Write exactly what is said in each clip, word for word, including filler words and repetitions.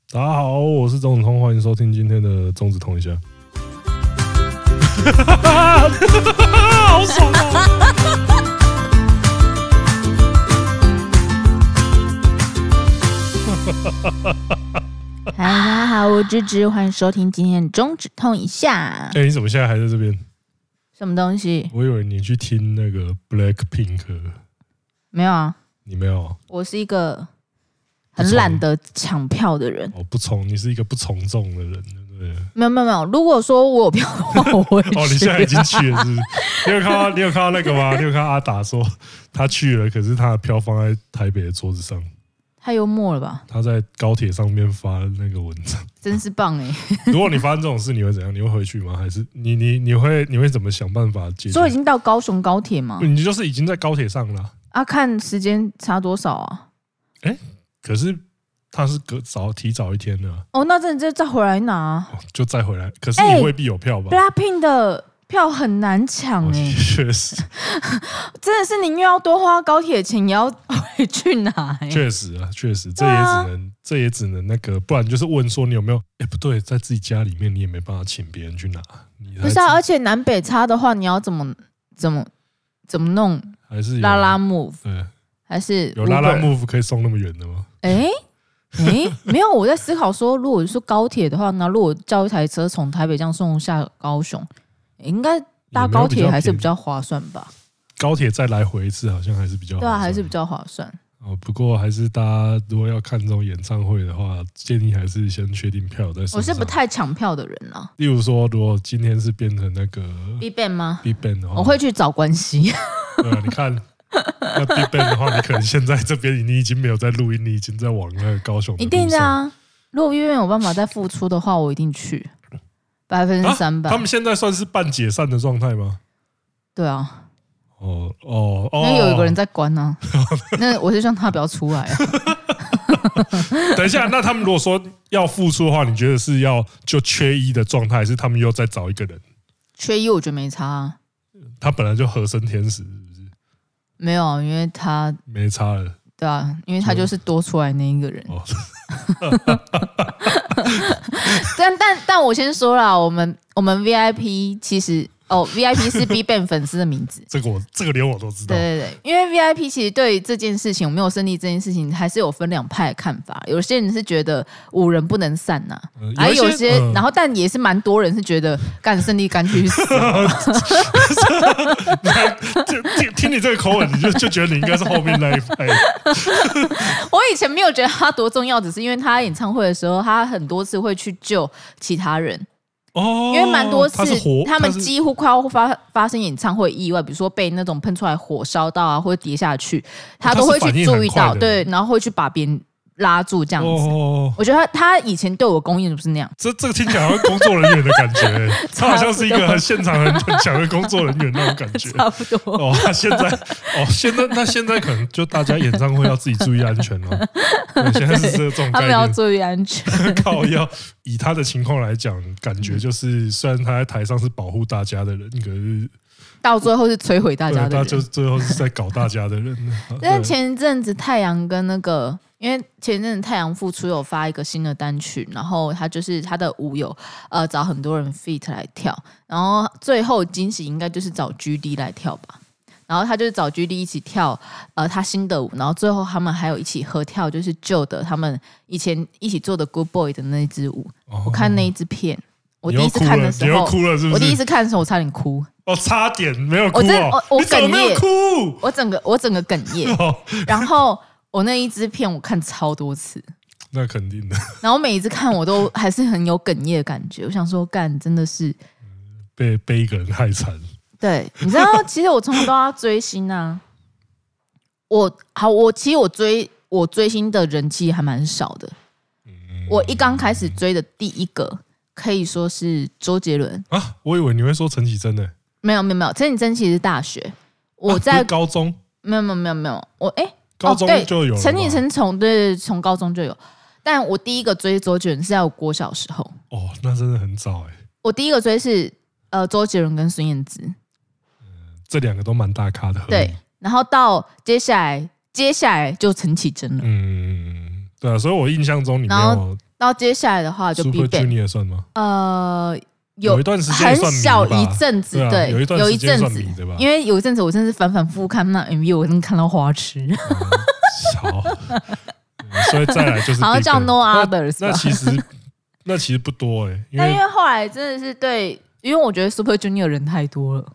大家好，我是钟子通，欢迎收听今天的钟子通一下。好爽啊！ 嗨，大家好，我芝芝，欢迎收听今天的钟子通一下。 哎、欸，你怎么现在还在这边？ 什么东西？ 我以为你去听那个 Blackpink。 没有啊， 你没有？ 我是一个很懒得抢票的人。 哦，不从，你是一个不从众的人，对不对？ 没有没有没有，如果说我有票的话，我会去。 哦，你现在已经去了，是不是？你有看到你有看到那个吗？你有看到阿达说他去了，可是他的票放在台北的桌子上。 太幽默了吧！ 他在高铁上面发那个文章， 真是棒哎！ 如果你发生这种事，你会怎样？你会回去吗？还是你你你会你会怎么想办法解决？ 所以已经到高雄高铁吗？ 你就是已经在高铁上了啊？看时间差多少啊？ 哎、欸，可是他是隔早提早一天的、啊、 哦，那真的就再回来拿、啊哦，就再回来。可是你未必有票吧、 欸、？Blackpink 的票很难抢哎、欸， 确、哦、实， 真的是宁愿要多花高铁钱，也要回去拿、欸。 确实啊，确实，这也只能、啊、这也只能那个，不然就是问说你有没有？哎、欸，不对，在自己家里面你也没办法请别人去拿。 不是啊，而且南北差的话，你要怎么怎么怎么弄？ 还是拉拉 move？ 对， 还是 Uber? 有拉拉 move 可以送那么远的吗？ 哎、欸。哎、欸，没有，我在思考说，如果说高铁的话，那如果叫一台车从台北这样送下高雄，应该搭高铁还是比较划算吧？ 高铁再来回一次，好像还是比较划算， 对啊，还是比较划算。 哦，不过还是大家如果要看这种演唱会的话，建议还是先确定票再上。 我是不太抢票的人啊。 例如说，如果今天是变成那个 BigBang 吗 ？BigBang 的话， 我会去找关系。 对啊，你看。那 BigBang 的话，你可能现在这边你已经没有在录音，你已经在往那个高雄的路上。 一定的啊！如果 BigBang 有办法再复出的话，我一定去，百分之三百。 他们现在算是半解散的状态吗？ 对啊。 哦哦哦， 因为有一个人在关啊，那我是希望他不要出来啊。 等一下，那他们如果说要复出的话，你觉得是要就缺一的状态，还是他们又再找一个人？ 缺一我觉得没差啊。 他本来就和声天使。 没有，因为他没差了。 对啊，因为他就是多出来那一个人。哦、但但但我先说啦，我们我们 V I P 其实哦 ，V I P 是 BigBang 粉丝的名字。 这个我这个连我都知道。 对对对，因为 V I P 其实对这件事情，我没有胜利这件事情，还是有分两派的看法。有些人是觉得五人不能散呐、啊，嗯、还有有些，嗯、然后但也是蛮多人是觉得干胜利干去死。 听听你这个口吻，你就就觉得你应该是后面那一派。 我以前没有觉得他多重要，只是因为他演唱会的时候，他很多次会去救其他人。哦，因为蛮多次，他们几乎快要发发生演唱会意外，比如说被那种喷出来火烧到啊，或者跌下去，他都会去注意到，对，然后会去把别人拉住这样子。哦、我觉得他他以前对我公应不是那样。 这这个听起来好像工作人员的感觉，他好像是一个很现场很很强的工作人员那种感觉。 差不多。 哦，他现在哦，现在那现在可能就大家演唱会要自己注意安全了。现在是这种概念， 他们要注意安全。 靠，要以他的情况来讲，感觉就是虽然他在台上是保护大家的人，可是到最后是摧毁大家的人。 他就最后是在搞大家的人。 但前一阵子太阳跟那个。因为前阵子太阳复出有发一个新的单曲，然后他就是他的舞友呃找很多人 feat 来跳，然后最后惊喜应该就是找 G D 来跳吧，然后他就是找 G D 一起跳呃他新的舞，然后最后他们还有一起合跳，就是旧的他们以前一起做的 Good Boy 的那一支舞，哦、我看那一支片，我第一次看的时候， 哭了是不是？ 我第一次看的时候我差点哭。 哦，差点没有哭、哦， 我真我我哽咽， 哭， 我整个我整个哽咽，哦、然后。我那一支片我看超多次， 那肯定的。 然后每一次看我都还是很有哽咽的感觉。我想说，干真的是被被一個人害惨。 对，你知道，其实我从小都要追星啊。我好，我其实我追我追星的人气还蛮少的。嗯、我一刚开始追的第一个可以说是周杰伦啊，我以为你会说陈绮贞呢。 没有没有没有，陈绮贞其实是大学，我在、 啊、高中。 没有没有没有没有，我哎。欸高中就有了、哦、 陈绮贞从对从高中就有，但我第一个追周杰伦是在我国小时候。 哦，那真的很早哎。 我第一个追是呃周杰伦跟孙燕姿、 嗯，这两个都蛮大咖的。 对，然后到接下来接下来就陈绮贞了。 嗯，对啊，所以我印象中你没有然后接下来的话就 Super BigBang Junior 算吗？ 呃。 有一段时间很小一阵子，对， 对、啊，有一段时间算迷子的吧？ 因为有一阵子我真是反反复复看那 M V， 我真看到花痴。嗯、 好、嗯，所以再来就是好像叫 No Others 那。那其实那其实不多哎、欸， 但因为后来真的是对，因为我觉得 Super Junior 人太多了。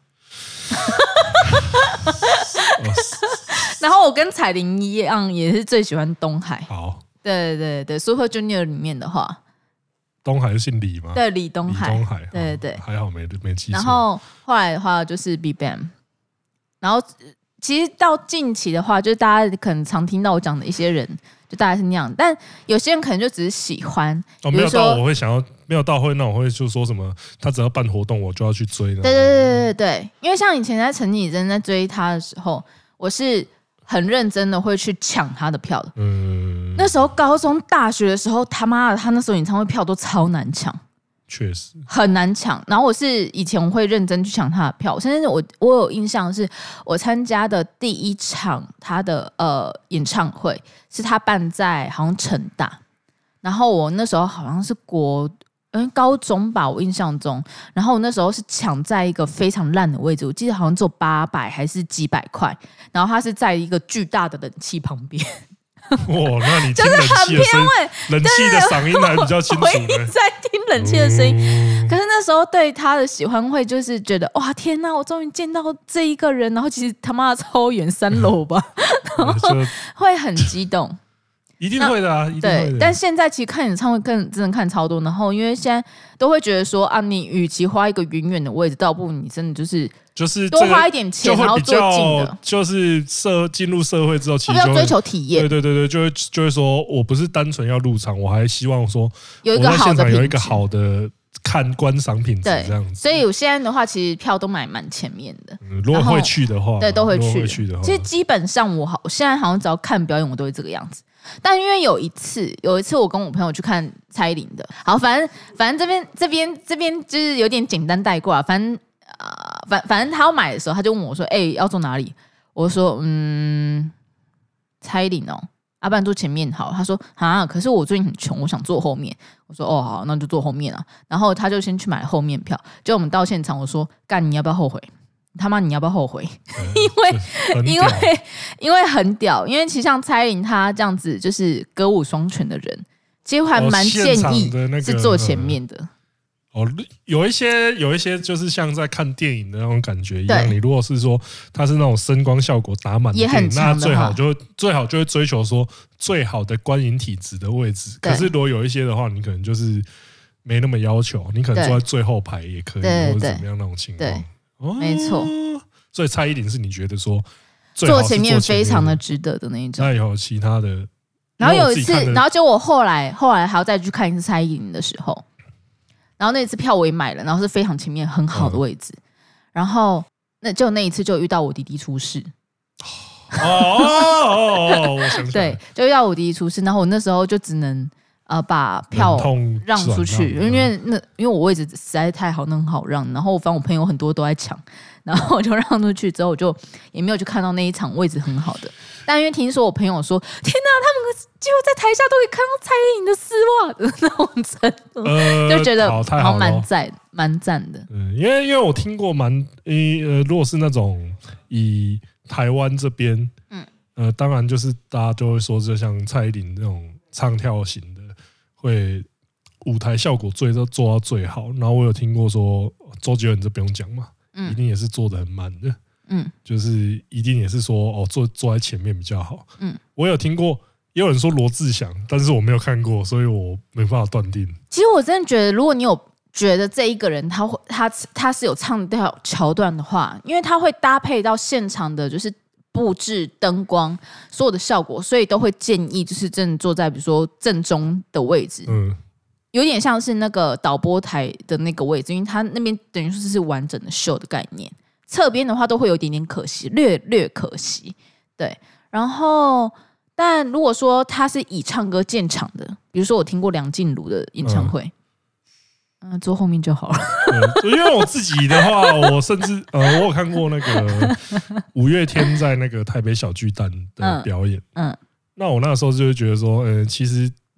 然后我跟彩铃一样，也是最喜欢东海。 好， 对对对 ，Super Junior 里面的话。 东海是姓李吗？ 对，李东海。 李东海， 对对对， 还好没没记错。 然后后来的话就是 BigBang， 然后其实到近期的话，就是大家可能常听到我讲的一些人，就大概是那样。但有些人可能就只是喜欢， 哦，没有到我会想要，没有到会那我会就说什么，他只要办活动我就要去追。对对对对对对，因为像以前在陈绮贞在追他的时候，我是很认真的会去抢他的票的。嗯，那时候高中、大学的时候，他妈的，他那时候演唱会票都超难抢， 确实很难抢。然后我是以前我会认真去抢他的票，甚至我我有印象是我参加的第一场他的呃演唱会是他办在好像成大，然后我那时候好像是国。嗯，高中吧，我印象中，然后我那时候是抢在一个非常烂的位置，我记得好像只有八百还是几百块，然后它是在一个巨大的冷气旁边。 哇，那你听冷气的声音，冷气的嗓音还比较清楚。我一直在听冷气的声音，嗯、可是那时候对他的喜欢会就是觉得哇天哪，我终于见到这一个人，然后其实他妈超远三楼吧，然后会很激动。 一定会的啊，一定会的。 对，但现在其实看演唱会更真的看超多，然后因为现在都会觉得说啊，你与其花一个远远的位置，倒不如你真的就是就是多花一点钱，然后坐近的， 就是社进入社会之后，其实就要追求体验。 对对对对，就会就会说我不是单纯要入场，我还希望说有一个好的有一个好的看观赏品质这样子。 所以我现在的话，其实票都买蛮前面的。 嗯、如果会去的话， 对，都会去。 会去的话， 其实基本上我好，我现在好像只要看表演，我都会这个样子。但因为有一次，有一次我跟我朋友去看蔡依林的，好，反正反正这边这边这边就是有点简单带过啊，反正啊、呃，反反正他要买的时候，他就问我说：“哎、欸，要坐哪里？”我说：“嗯，蔡依林哦，要不然坐前面好。”他说：“啊，可是我最近很穷，我想坐后面。”我说：“哦，好，那就坐后面啊。”然后他就先去买后面票，就我们到现场，我说：“干，你要不要后悔？”他妈，你要不要后悔？因为因为因为很屌，因为其实像蔡依林她这样子就是歌舞双全的人，其实还蛮建议是坐前面的。 哦，有一些有一些就是像在看电影的那种感觉一样。你如果是说它是那种声光效果打满的电影，那最好就最好就会追求说最好的观影体质的位置。可是如果有一些的话，你可能就是没那么要求，你可能坐在最后排也可以，或者怎么样那种情况。 哦、没错， 所以蔡依林是你觉得说坐前面非常的值得的那一种。 那有其他的， 然后有一次，然后就我后来后来还要再去看一次蔡依林的时候，然后那一次票我也买了，然后是非常前面很好的位置，嗯、然后那就那一次就遇到我弟弟出事。 哦哦哦！我想起来， 对，就遇到我弟弟出事，然后我那时候就只能。呃，把票让出去，因为那因为我位置实在太好，那很好让。然后反正我朋友很多都在抢，然后我就让出去之后，我就也没有去看到那一场位置很好的。但因为听说我朋友说，天哪，他们几乎在台下都可以看到蔡依林的丝袜的那种程度，呃、就觉得好蛮赞，蛮赞的。 嗯，因为因为我听过蛮呃，如果是那种以台湾这边，嗯呃，当然就是大家都会说，就像蔡依林那种唱跳型的。会舞台效果最都做到最好，然后我有听过说周杰伦这不用讲嘛，嗯、一定也是做的很慢的，嗯，就是一定也是说哦坐坐在前面比较好，嗯，我有听过，也有人说罗志祥，但是我没有看过，所以我没办法断定。 其实我真的觉得，如果你有觉得这一个人他他他是有唱跳桥段的话，因为他会搭配到现场的，就是。布置灯光所有的效果，所以都会建议就是真的坐在比如说正中的位置，嗯，有点像是那个导播台的那个位置，因为它那边等于说是完整的秀的概念。侧边的话都会有一点点可惜，略略可惜，对。然后，但如果说他是以唱歌见场的，比如说我听过梁静茹的演唱会。嗯嗯，坐后面就好了。 因为我自己的话，我甚至呃，我有看过那个五月天在那个台北小巨蛋的表演。嗯，嗯那我那时候就会觉得说，呃，其实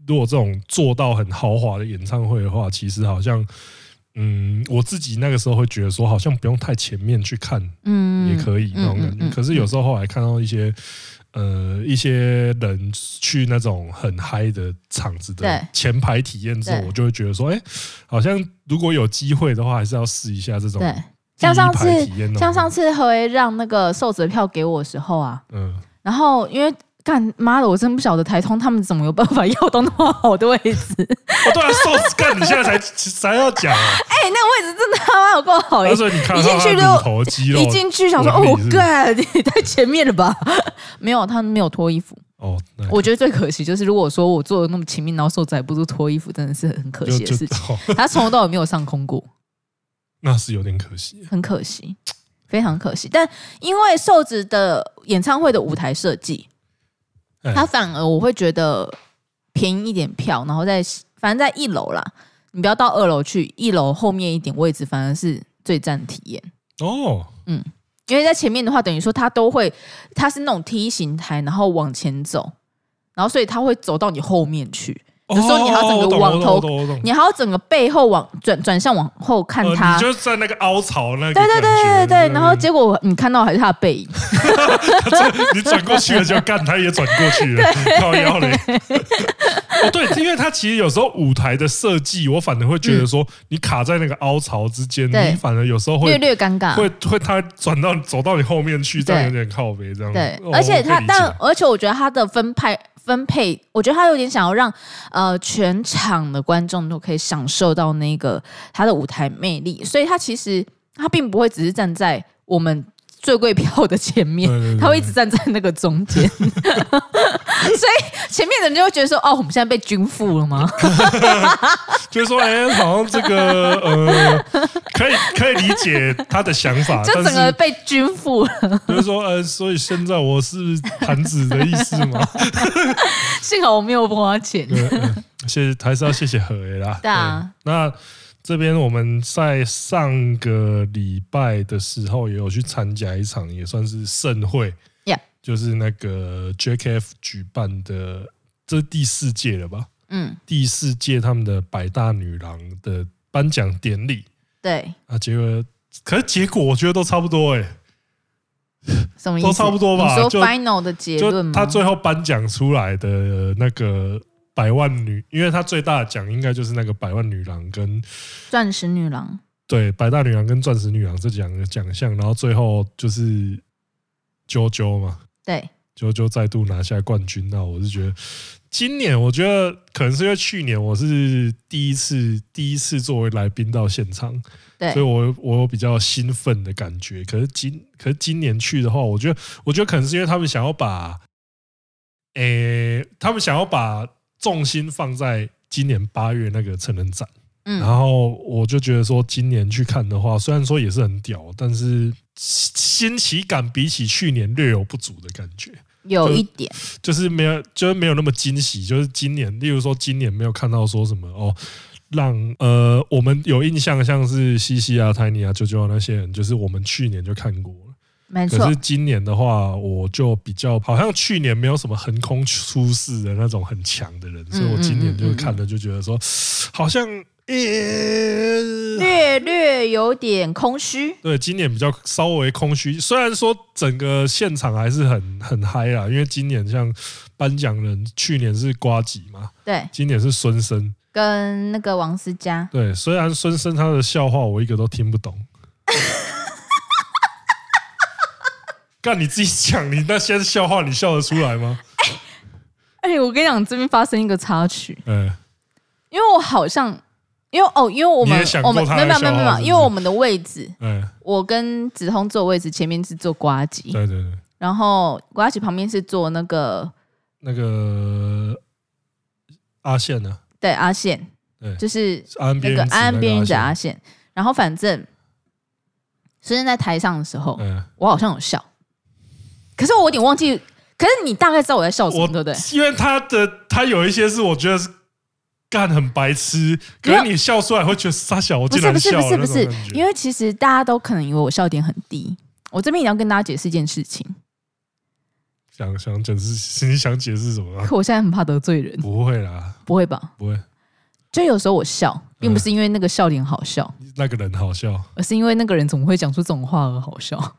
如果这种做到很豪华的演唱会的话，其实好像。嗯，我自己那个时候会觉得说，好像不用太前面去看，嗯，也可以那种感觉。嗯嗯嗯、可是有时候后来看到一些，呃，一些人去那种很嗨的场子的前排体验之后，我就会觉得说，哎、欸，好像如果有机会的话，还是要试一下这种。对， 像上次，像上次何为让那个瘦子的票给我的时候啊，嗯，然后因为。干妈的，我真不晓得台通他们怎么有办法要到那么好的位置。 哦，对啊，瘦子干，你现在才才要讲啊！ 哎、欸，那个位置真的他妈有够好耶！ 所以你看，一进去就头肌肉， 一进去想说，哦，干，你太前面了吧？没有，他没有脱衣服。哦，我觉得最可惜就是，如果说我做的那么前面，然后瘦子还不是脱衣服，真的是很可惜的事情。他从头到尾没有上空过， 那是有点可惜， 很可惜，非常可惜。但因为瘦子的演唱会的舞台设计。他反而我会觉得便宜一点票，然后在反正在一楼啦，你不要到二楼去，一楼后面一点位置反而是最赞体验哦。嗯，因为在前面的话，等于说它都会，它是那种梯形台，然后往前走，然后所以它会走到你后面去。有时候你还要整个往头，你还要整个背后往转转向往后看他， 呃、你就在那个凹槽那个， 对对对对对，然后结果你看到还是他的背影， 你转过去了就干，他也转过去了，靠腰嘞。哦，对，因为他其实有时候舞台的设计，我反而会觉得说，你卡在那个凹槽之间，嗯、你反而有时候会略略尴尬， 会会他转到走到你后面去，这样有点靠北这样。 对， 哦、 而且他，但而且我觉得他的分派。分配，我觉得他有点想要让呃全场的观众都可以享受到那个他的舞台魅力，所以他其实他并不会只是站在我们最贵票的前面，对对对，他会一直站在那个中间，所以前面的人就会觉得说，哦，我们现在被均富了吗？ 就是说，哎、欸，好像这个呃，可以可以理解他的想法， 就整个被均富了。 就是说，呃，所以现在我是盘子的意思吗？ 幸好我没有花钱。 对，呃、谢谢，还是要谢谢何 A 啦。 对啊， 对，那。这边我们在上个礼拜的时候也有去参加一场，也算是盛会， yeah. 就是那个 J K F 举办的，这是第四届了吧？嗯，第四届他们的百大女郎的颁奖典礼。 对啊，结果可是结果我觉得都差不多哎、 欸，什么意思？ 都差不多吧？ 你说 final 的结论吗？ 就他最后颁奖出来的那个。百万女，因为她最大的奖应该就是那个百万女郎跟钻石女郎， 对，百大女郎跟钻石女郎这两个奖项，然后最后就是啾啾嘛， 对， 啾啾再度拿下冠军。那我是觉得，今年我觉得可能是因为去年我是第一次第一次作为来宾到现场， 对， 所以我我有比较兴奋的感觉。可是今可是今年去的话，我觉得我觉得可能是因为他们想要把，诶，他们想要把重心放在今年八月那个成人展，嗯，然后我就觉得说，今年去看的话，虽然说也是很屌，但是新奇感比起去年略有不足的感觉， 有一点， 就, 就是没有，就是没有那么惊喜。就是今年，例如说今年没有看到说什么哦，让呃我们有印象，像是西西啊、泰尼啊、啾啾那些人，就是我们去年就看过了。 没错， 可是今年的话，我就比较好像去年没有什么横空出世的那种很强的人，所以我今年就看了就觉得说，好像、欸、 略略有点空虚。 对，今年比较稍微空虚。虽然说整个现场还是很很嗨啦，因为今年像颁奖人，去年是呱吉嘛， 对， 今年是孙生跟那个王思佳。 对，虽然孙生他的笑话我一个都听不懂。干你自己讲，你那些笑话你笑得出来吗？ 哎、欸，我跟你讲，这边发生一个插曲。嗯、欸，因为我好像，因为哦，因为我们我们没有没有没有没有，因为我们的位置，嗯、欸，我跟子通坐位置前面是坐呱吉， 对对对， 然后呱吉旁边是坐那个那个阿宪呢、啊？ 对，阿宪，对，就是那个安安边缘者阿宪。然后反正孙生在台上的时候，欸、我好像有笑。可是我有点忘记，可是你大概知道我在笑什么，对不对？ 因为他的他有一些是我觉得是干很白痴，可是你笑出来会觉得傻小，我竟然笑了。 不是不是不是不是，因为其实大家都可能以为我笑点很低。我这边也要跟大家解释一件事情， 想想解释，你想解释什么、啊？ 可我现在很怕得罪人。 不会啦， 不会吧？ 不会。 就有时候我笑，并不是因为那个笑点好笑， 嗯、那个人好笑， 而是因为那个人怎么会讲出这种话而好笑。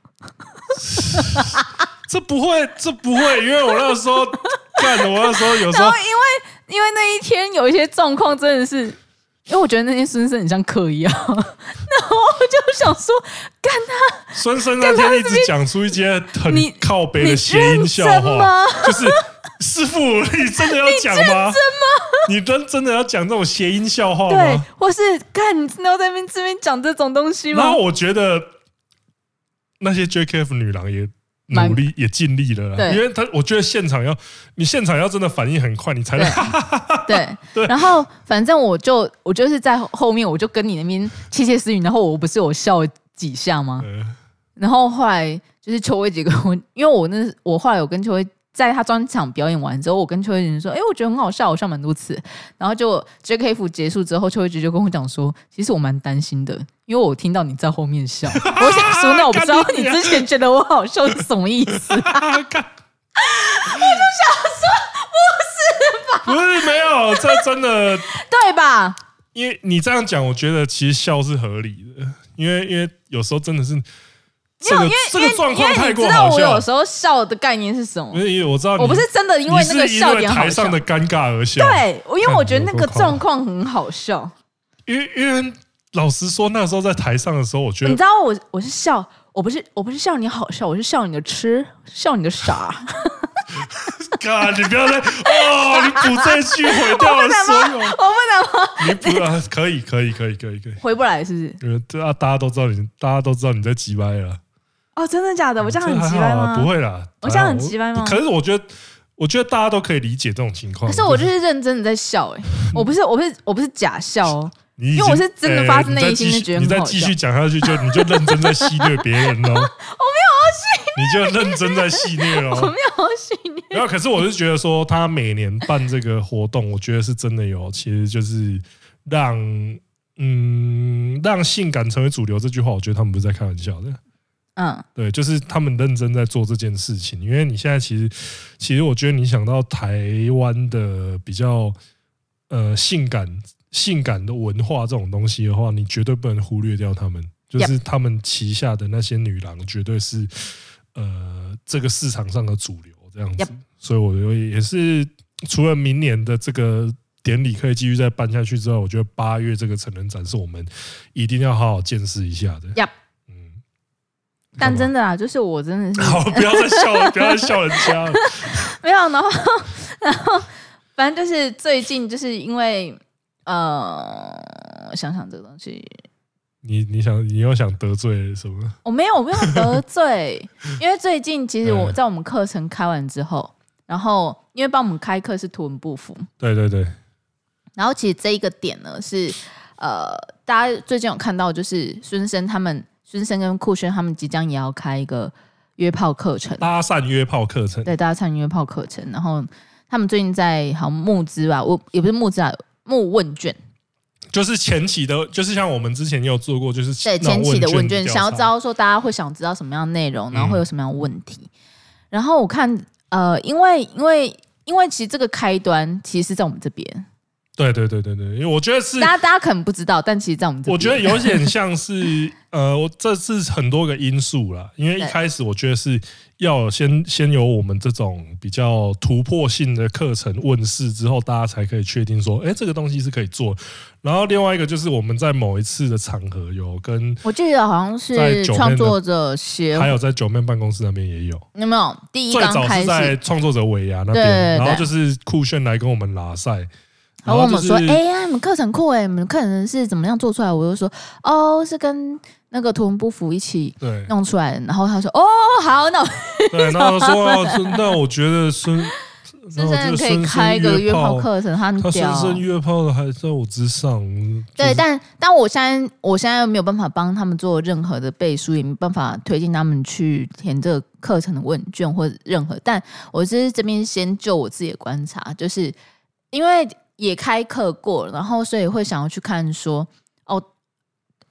这不会，这不会，因为我那时候干，我那时候有时候， 然后因为因为那一天有一些状况真的是。因为我觉得那天孙生很像嗑药，然后我就想说，干他孙生那天一直讲出一些很靠北的谐音笑话，就是师傅，你真的要讲吗？你真真的要讲这种谐音笑话吗？ 对，或是干你真的要在那边这边讲这种东西吗？ 然后我觉得那些 J K F 女郎也努力也尽力了啦，因为他我觉得现场要你现场要真的反应很快，你才能对对。然后反正我就我就是在后面，我就跟你那边窃窃私语，然后我不是有笑几下吗？嗯、然后后来就是邱薇姐跟我，因为我那我后来有跟邱薇在他专场表演完之后，我跟邱薇姐说，哎、欸，我觉得很好笑，我笑蛮多次。然后就 J K F 结束之后，邱薇姐就跟我讲说，其实我蛮担心的。因为我听到你在后面笑，我想说，那我不知道你之前觉得我好笑是什么意思、啊？我就想说，不是吧？ 不是没有，这真的对吧？ 因为你这样讲，我觉得其实笑是合理的，因为因为有时候真的是这个这个状况太过好笑。 因为你知道我有时候笑的概念是什么？ 因为我知道我不是真的因为那个笑点好笑， 台上的尴尬而笑。 对，因为我觉得那个状况很好笑。 因为因为。老实说，那时候在台上的时候，我觉得你知道我我是笑，我不是我不是笑你好笑，我是笑你的痴，笑你的傻。 God， 你不要再哦，你补这句毁掉了所有， 我不能吗？ 你补啊，可以可以可以可以可以， 回不来是不是？ 因为大大家都知道你，大家都知道你在急掰了。 哦，真的假的？我这样很急掰吗？ 不会啦， 我这样很急掰吗？ 可是我觉得。我觉得大家都可以理解这种情况， 可是我就是认真的在笑哎、欸，我不是我不是我不是假笑哦，因为我是真的发自内心的觉得很好笑。 你再继续讲下去，就你就认真在戏虐别人喽。我没有要戏虐，你就认真在戏虐喽。 我没有要戏虐。 然后，可是我是觉得说，他每年办这个活动，我觉得是真的有，其实就是让嗯让性感成为主流这句话，我觉得他们不是在开玩笑的。嗯，对，就是他们认真在做这件事情，因为你现在其实，其实我觉得你想到台湾的比较呃性感、性感的文化这种东西的话，你绝对不能忽略掉他们，就是他们旗下的那些女郎，绝对是呃这个市场上的主流这样子。所以我觉得也是，除了明年的这个典礼可以继续再办下去之外，我觉得八月这个成人展是我们一定要好好见识一下的。 Yep.但真的啦，就是我真的是好，不要再笑了，不要再笑人家了。 没有，然后，然后，反正就是最近，就是因为呃，想想这个东西， 你你想你又想得罪什么？ 我没有，我没有得罪，因为最近其实我在我们课程开完之后，然后因为帮我们开课是图文不符， 对对对， 然后其实这一个点呢是呃，大家最近有看到，就是孙生他们。孙生跟酷轩他们即将也要开一个约炮课程， 搭讪约炮课程， 对，搭讪约炮课程。然后他们最近在好像募资吧，我也不是募资啊，募问卷， 就是前期的，就是像我们之前也有做过，就是对前期的问卷，想要知道说大家会想知道什么样的内容，然后会有什么样的问题。嗯、然后我看，呃，因为因为因为其实这个开端其实是在我们这边。 对对对对对，因为我觉得是大家大家可能不知道，但其实在我们这边， 我觉得有点像是呃，我这是很多个因素啦。因为一开始我觉得是要先先有我们这种比较突破性的课程问世之后，大家才可以确定说，哎，这个东西是可以做。然后另外一个就是我们在某一次的场合有跟， 我记得好像是创作者协会， 还有在九妹办公室那边也有， 有没有？第一最早是在创作者尾牙那边，然后就是酷炫来跟我们拉赛。 然后我们说，哎呀，你们课程酷哎，你们课程是怎么样做出来？我就说，哦，是跟那个图文不符一起弄出来的。然后他说，哦，好，那我对，然后说，那我觉得孙孙生可以开一个约炮课程，他很屌。 他孙生约炮的还在我之上。 对，但但我现在我现在没有办法帮他们做任何的背书，也没办法推荐他们去填这个课程的问卷或者任何。但我是这边先就我自己的观察，就是因为。也开课过，然后所以会想要去看说，哦，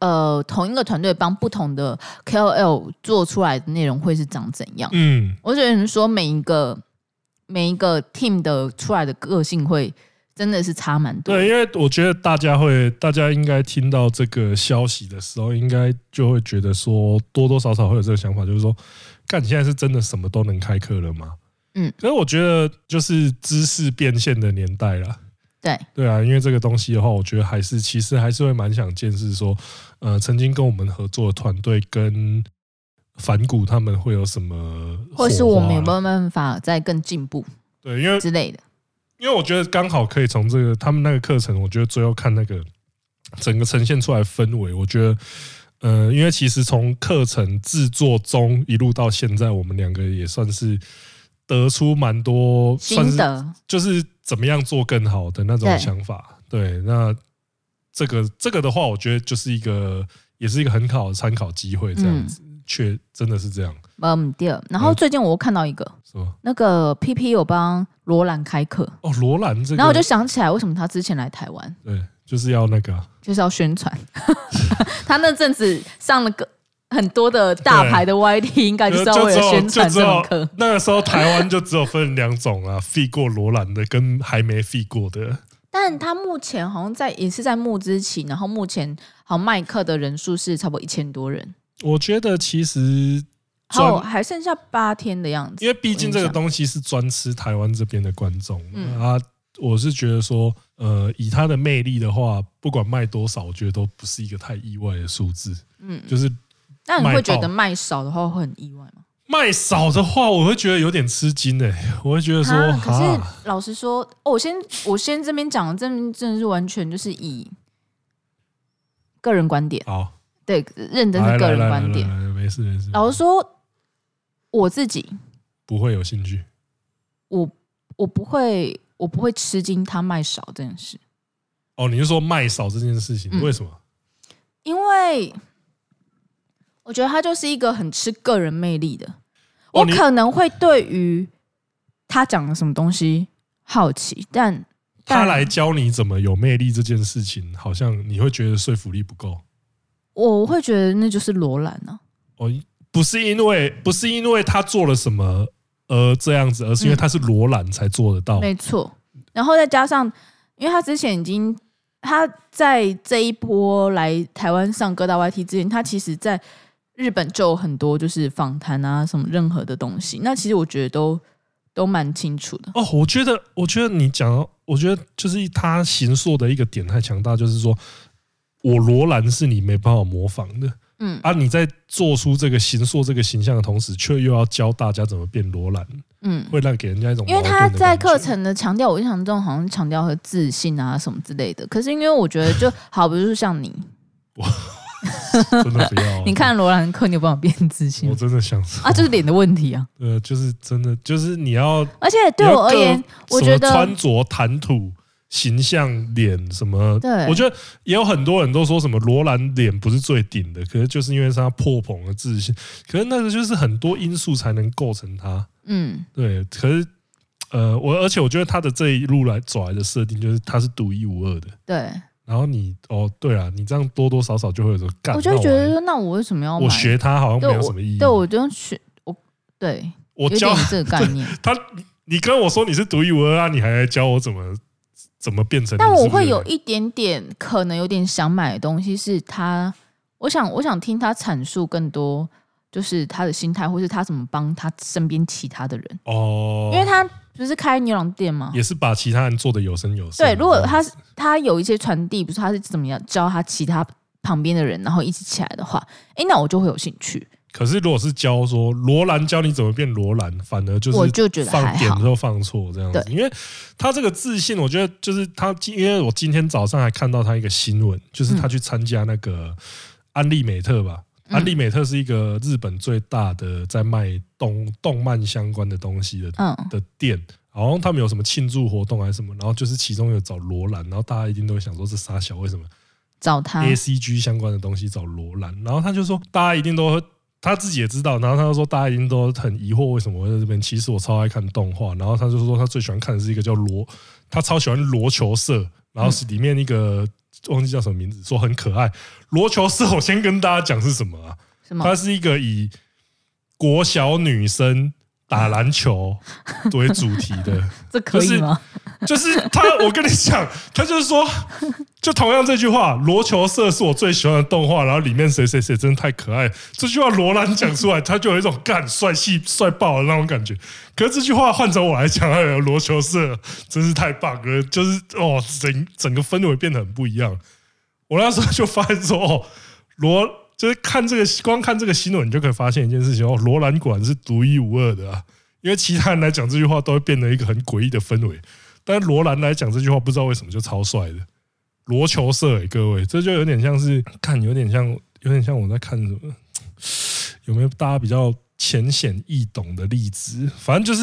呃同一个团队帮不同的 K O L 做出来的内容会是长怎样。嗯，我觉得说每一个每一个 team 的出来的个性会真的是差蛮多的。 对，因为我觉得大家会，大家应该听到这个消息的时候，应该就会觉得说，多多少少会有这个想法，就是说，干，你现在是真的什么都能开课了吗？嗯，可是我觉得就是知识变现的年代啦。 对对啊，因为这个东西的话，我觉得还是其实还是会蛮想见识说，呃，曾经跟我们合作的团队跟反骨他们会有什么火花， 或是我们有没有办法再更进步？ 对，因为之类的。 因为我觉得刚好可以从这个他们那个课程，我觉得最后看那个整个呈现出来的氛围，我觉得。呃，因为其实从课程制作中一路到现在，我们两个也算是得出蛮多心得， 就是怎么样做更好的那种想法。对，对那这个这个的话，我觉得就是一个，也是一个很好的参考机会，这样子，确、嗯、真的是这样。 嗯，对。然后最近我看到一个，嗯、那个 P P 有帮罗兰开课哦，罗兰这个， 然后我就想起来，为什么他之前来台湾？ 对。就是要那个、啊， 就是要宣传。他那阵子上了个很多的大牌的 Y T， 应该就是要为了宣传这门课。 那个时候台湾就只有分两种啊，feat 过罗兰的跟还没 feat 过的。 但他目前好像在也是在募资期，然后目前好像卖课的人数是差不多一千多人。 我觉得其实好还剩下八天的样子， 因为毕竟这个东西是专吃台湾这边的观众、嗯、啊。我是觉得说，呃，以他的魅力的话，不管卖多少，我觉得都不是一个太意外的数字。嗯，就是那你会觉得卖少的话会很意外吗？ 卖少的话，我会觉得有点吃惊诶、欸，我会觉得说， 啊、可是老实说，哦、我先我先这边讲，这边真的是完全就是以个人观点， 好， 对，认真的个人观点， 来来来来没事没事。 老实说，我自己不会有兴趣， 我我不会。我不会吃惊他卖少这件事。 哦，你是说卖少这件事情、嗯、为什么？ 因为我觉得他就是一个很吃个人魅力的。哦、我可能会对于他讲的什么东西好奇，但他来教你怎么有魅力这件事情，好像你会觉得说服力不够。 我会觉得那就是罗兰啊。 哦，不是因为不是因为他做了什么。而这样子，而是因为他是罗兰才做得到、嗯， 没错。然后再加上，因为他之前已经他在这一波来台湾上各大 Y T 之前，他其实在日本就有很多就是访谈啊什么任何的东西。那其实我觉得都都蛮清楚的。 哦，我觉得，我觉得你讲，我觉得就是他形塑的一个点太强大，就是说我罗兰是你没办法模仿的。嗯啊，你在做出这个形塑这个形象的同时，却又要教大家怎么变罗兰，嗯，会让给人家一种因为他在课程的强调，我印象中好像强调和自信啊什么之类的。可是因为我觉得就好，比如说像你， 真的不要、啊， 你看罗兰课，你有办法变自信？ 我真的想说啊，就是脸的问题啊。 对，就是真的，就是你要， 而且对我而言，我觉得穿着谈吐。形象脸什么？对，我觉得也有很多人都说什么罗兰脸不是最顶的，可是就是因为是他破棚的自信，可是那个就是很多因素才能构成他。嗯，对。可是呃，我而且我觉得他的这一路来走来的设定就是他是独一无二的。 对。 然后你哦，对啊，你这样多多少少就会有说干， 我就觉得说，那我为什么要买？ 我学他好像没有什么意义。 对，我就学我对， 我教这个概念。 他，你跟我说你是独一无二啊，你还来教我怎么？怎么变成？ 但我会有一点点可能有点想买的东西是他，我想我想听他阐述更多，就是他的心态，或是他怎么帮他身边其他的人哦。因为他不是开牛郎店吗？ 也是把其他人做的有声有色。 对，如果他他有一些传递，不是他是怎么样教他其他旁边的人，然后一起起来的话，哎，那我就会有兴趣。 可是如果是教说罗兰教你怎么变罗兰，反而就是我就觉得放点之后放错这样子，因为他这个自信，我觉得就是他，因为我今天早上还看到他一个新闻，就是他去参加那个安利美特吧，嗯、安利美特是一个日本最大的在卖动动漫相关的东西的、嗯、的店，好像他们有什么庆祝活动还是什么，然后就是其中有找罗兰，然后大家一定都会想说是傻小为什么找他 A C G 相关的东西找罗兰，然后他就说大家一定都会。他自己也知道，然后他就说大家一定都很疑惑为什么我在这边。其实我超爱看动画，然后他就说他最喜欢看的是一个叫罗，他超喜欢罗球社，然后是里面一个忘记叫什么名字，说很可爱。罗球社我先跟大家讲是什么啊？ 什么？ 它是一个以国小女生打篮球为主题的， 这可以吗？ 就是他，我跟你讲，他就是说，就同样这句话，罗球社是我最喜欢的动画，然后里面谁谁谁真的太可爱。这句话罗兰讲出来，他就有一种干帅气帅爆的那种感觉。可是这句话换成我来讲，还有罗球社真是太棒了，就是哦，整整个氛围变得很不一样。我那时候就发现说，哦，罗就是看这个，光看这个新闻，你就可以发现一件事情哦，罗兰果然是独一无二的啊。因为其他人来讲这句话，都会变得一个很诡异的氛围。但是罗兰来讲这句话，不知道为什么就超帅的。罗球社、欸，各位，这就有点像是看，有点像，有点像我在看什么？有没有大家比较浅显易懂的例子？反正就是，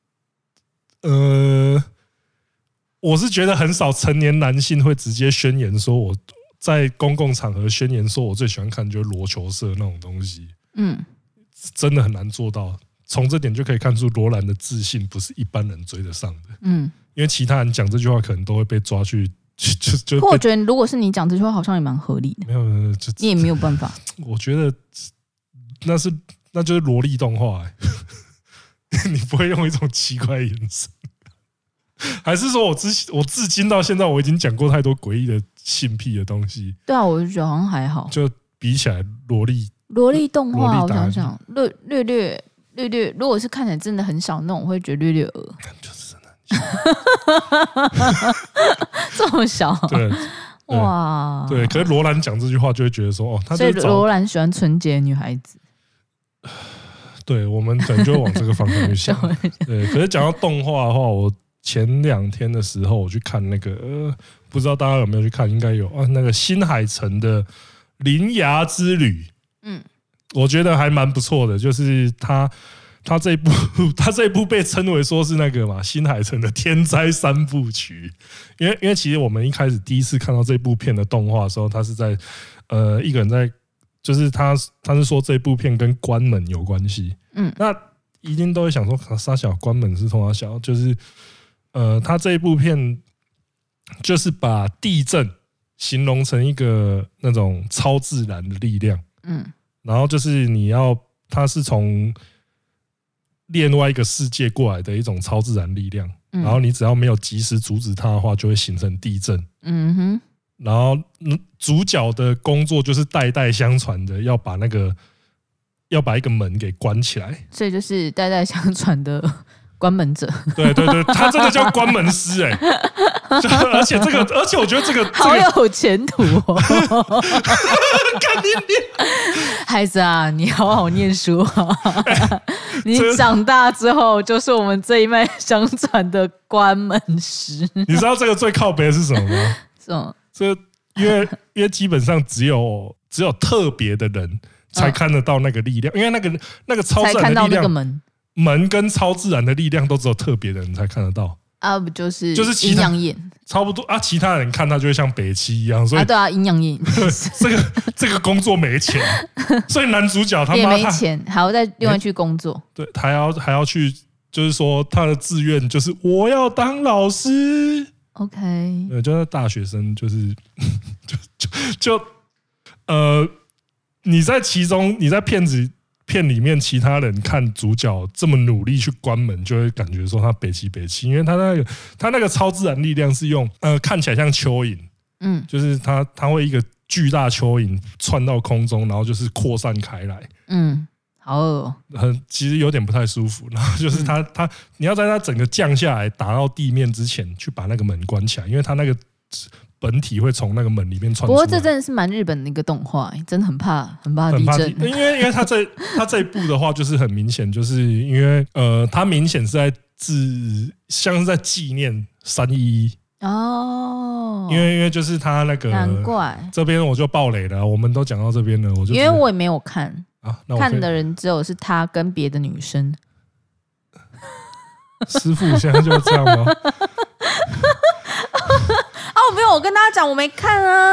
呃，我是觉得很少成年男性会直接宣言说，我在公共场合宣言说我最喜欢看就是罗球社那种东西。嗯，真的很难做到。从这点就可以看出罗兰的自信不是一般人追得上的。嗯，因为其他人讲这句话可能都会被抓去，就就。 不过我觉得如果是你讲这句话，好像也蛮合理的。 没有，没有，就你也没有办法。 我觉得那是那就是萝莉动画、欸，你不会用一种奇怪的眼神，还是说我至我至今到现在我已经讲过太多诡异的性癖的东西？ 对啊，我就觉得好像还好。 就比起来萝莉萝莉动画，我想想，略略略。略略，如果是看起来真的很小那种，我会觉得略略恶， 就是真的很小， 这么小， 对， 哇， 对。可是罗兰讲这句话，就会觉得说，哦，他所以罗兰喜欢纯洁的女孩子。 对，我们可能就会往这个方向去想。对，可是讲到动画的话，我前两天的时候我去看那个，呃，不知道大家有没有去看？应该有啊，那个新海诚的《铃芽之旅》。嗯。我觉得还蛮不错的，就是他他这一部他这一部被称为说是那个嘛新海诚的天灾三部曲，因为因为其实我们一开始第一次看到这部片的动画的时候，他是在呃一个人在就是他他是说这部片跟关门有关系，嗯，那一定都会想说沙小关门是从哪小，就是呃他这一部片就是把地震形容成一个那种超自然的力量，嗯。然后就是你要，它是从另外一个世界过来的一种超自然力量，嗯、然后你只要没有及时阻止它的话，就会形成地震。嗯哼。然后主角的工作就是代代相传的，要把那个要把一个门给关起来。 所以就是代代相传的关门者。 对对对，他真的叫关门师哎、欸。而且这个，而且我觉得这个好有前途哦！看你孩子啊，你好好念书啊！你长大之后就是我们这一脉相传的关门师。 你知道这个最靠北的是什么吗？ 什么？ 这因为因为基本上只有只有特别的人才看得到那个力量，因为那个那个超自然的力量， 门门跟超自然的力量都只有特别的人才看得到。 啊，不就是就是阴阳眼， 差不多啊。其他人看他就会像北七一样，所以啊，对啊，阴阳眼。 这个这个工作没钱，所以男主角他妈也没钱，还要再另外去工作。 对，还要还要去，就是说他的志愿就是我要当老师。 OK， 对，就是大学生，就是就就就呃，你在其中，你在片子。片里面其他人看主角这么努力去关门，就会感觉说他北七北七，因为他那个他那个超自然力量是用呃看起来像蚯蚓，嗯，就是他他会一个巨大蚯蚓窜到空中，然后就是扩散开来，嗯， 好恶哦， 很其实有点不太舒服。然后就是他他你要在他整个降下来打到地面之前去把那个门关起来，因为他那个。本体会从那个门里面穿出来。 不过这真的是蛮日本的一个动画，真的很怕很怕地震。 因为因为他这他这一部的话，就是很明显，就是因为呃，他明显是在致像是在纪念三一一哦。因为因为就是他那个难怪这边我就爆雷了，我们都讲到这边了，我就因为我也没有看啊， 看的人只有是他跟别的女生。 师傅现在就这样吗？ 哦，没有，我跟大家讲，我没看啊。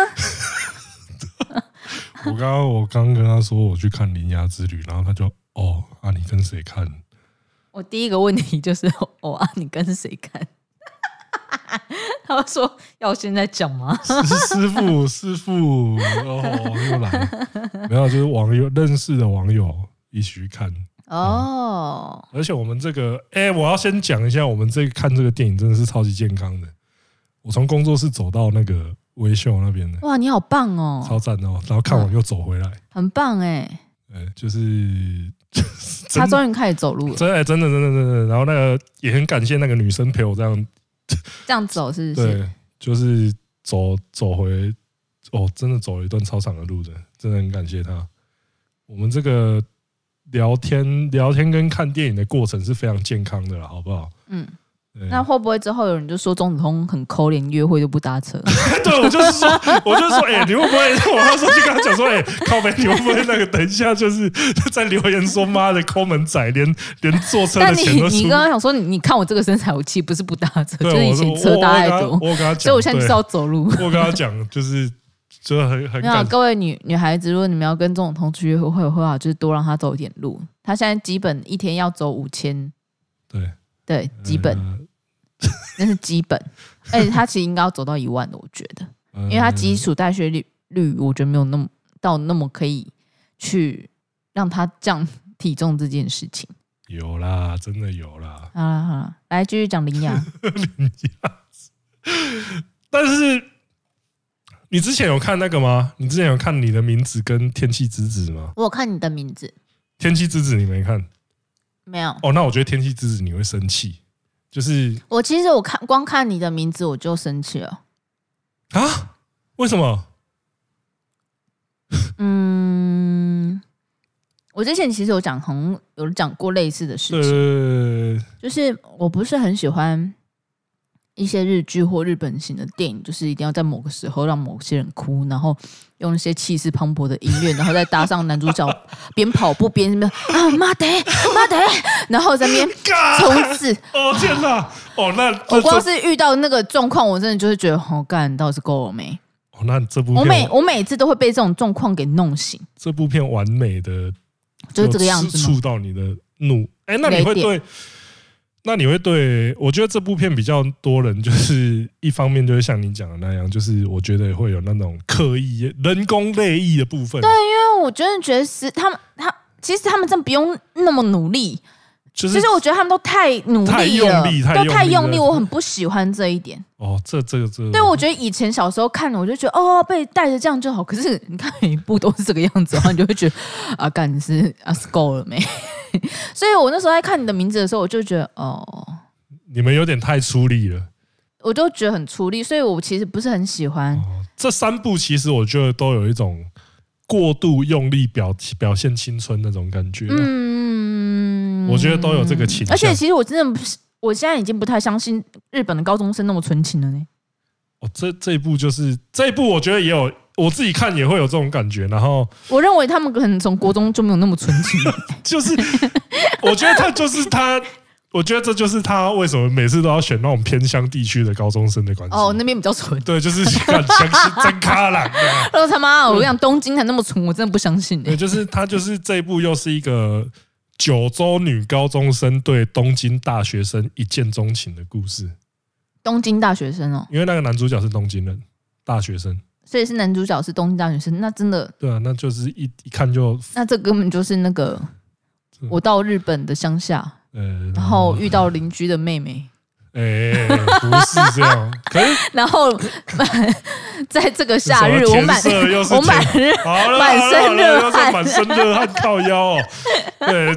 我刚刚我刚跟他说我去看《铃芽之旅》，然后他就哦啊，你跟谁看？ 我第一个问题就是哦啊，你跟谁看？ 他会说要现在讲吗？ 师傅，师傅，哦，又来了，没有，就是网友认识的网友一起看哦、 嗯。而且我们这个，哎、欸，我要先讲一下，我们这个看这个电影真的是超级健康的。我从工作室走到那个微秀那边的， 哇，你好棒哦， 超赞哦！然后看完又走回来， 很棒哎。 对，就是他终于开始走路了， 真的真的真的真的。然后那个也很感谢那个女生陪我这样这样走，是不是？ 对，就是走走回，哦，真的走了一段超长的路的，真的很感谢她。我们这个聊天聊天跟看电影的过程是非常健康的啦，好不好？嗯。 那会不会之后有人就说中子通很抠，连约会都不搭车？ 对，我就是说，我就说，哎、欸，你会不会？我那时候就跟他讲说，哎、欸，靠北，你会不会那个等一下就是在留言说，妈的抠门仔，连连坐车的钱都出。 但你你刚刚想说，你看我这个身材，我其实不是不搭车，就是以前车搭太多。 我跟他讲， 所以我现在就是要走路。 我跟他讲，就是就很很感。 各位女女孩子，如果你们要跟中子通去约会的话，就是多让他走一点路。他现在基本一天要走五千， 对对，基本。呃那是基本，而且他其实应该要走到一万的，我觉得，因为他基础代谢率率，我觉得没有那么到那么可以去让他降体重这件事情。 有啦，真的有啦。 好啦好啦，来继续讲铃芽。 铃芽，但是你之前有看那个吗？你之前有看你的名字跟天气之子吗？ 我有看你的名字， 天气之子你没看？ 没有。 哦，那我觉得天气之子你会生气。就是我其实我看光看你的名字我就生气了啊？为什么？ 嗯，我之前其实有讲，好像有讲过类似的事情，呃、就是我不是很喜欢一些日剧或日本型的电影，就是一定要在某个时候让某些人哭，然后用一些气势磅礴的音乐，然后再搭上男主角边跑步边什么啊妈的妈的，然后在那边冲刺。 哦天哪！哦那我光是遇到那个状况，我真的就是觉得好干，到底是够了没？ 哦，那这部片我每我每次都会被这种状况给弄醒。 这部片完美的就是这个样子吗？ 触到你的怒。哎、欸，那你会对？那你会对？我觉得这部片比较多人就是一方面就是像你讲的那样，就是我觉得会有那种刻意人工泪意的部分。 对，因为我真的觉得是他们，他其实他们真的不用那么努力。就是、其实我觉得他们都太努力了， 太用力， 都太用力，我很不喜欢这一点。 哦，这这个这个， 对，我觉得以前小时候看，我就觉得哦，被带着这样就好。可是你看每一部都是这个样子，然后你就会觉得啊，干你是啊，是够了没？所以我那时候在看你的名字的时候，我就觉得哦， 你们有点太出力了， 我就觉得很出力，所以我其实不是很喜欢。哦、 这三部其实我觉得都有一种过度用力表表现青春那种感觉。嗯，我觉得都有这个倾向。 而且其实我真的不是，我现在已经不太相信日本的高中生那么纯情了呢。 哦，这这一部就是这一部，我觉得也有我自己看也会有这种感觉。然后我认为他们可能从国中就没有那么纯情， 就是我觉得他就是他，我觉得这就是他为什么每次都要选那种偏乡地区的高中生的关系。 哦，那边比较纯， 对，就是相信真咖啦。 我他妈，我跟你讲，东京还那么纯，我真的不相信、欸。 对，就是他，就是这一部又是一个九州女高中生对东京大学生一见钟情的故事。 东京大学生哦， 因为那个男主角是东京人，大学生， 所以是男主角是东京大学生，那真的对啊，那就是一一看就， 那这根本就是那个我到日本的乡下，呃，然后遇到邻居的妹妹， 哎、欸，不是这样，可是然后在这个夏日，我满我满满身热汗， 满身热汗靠腰哦，对。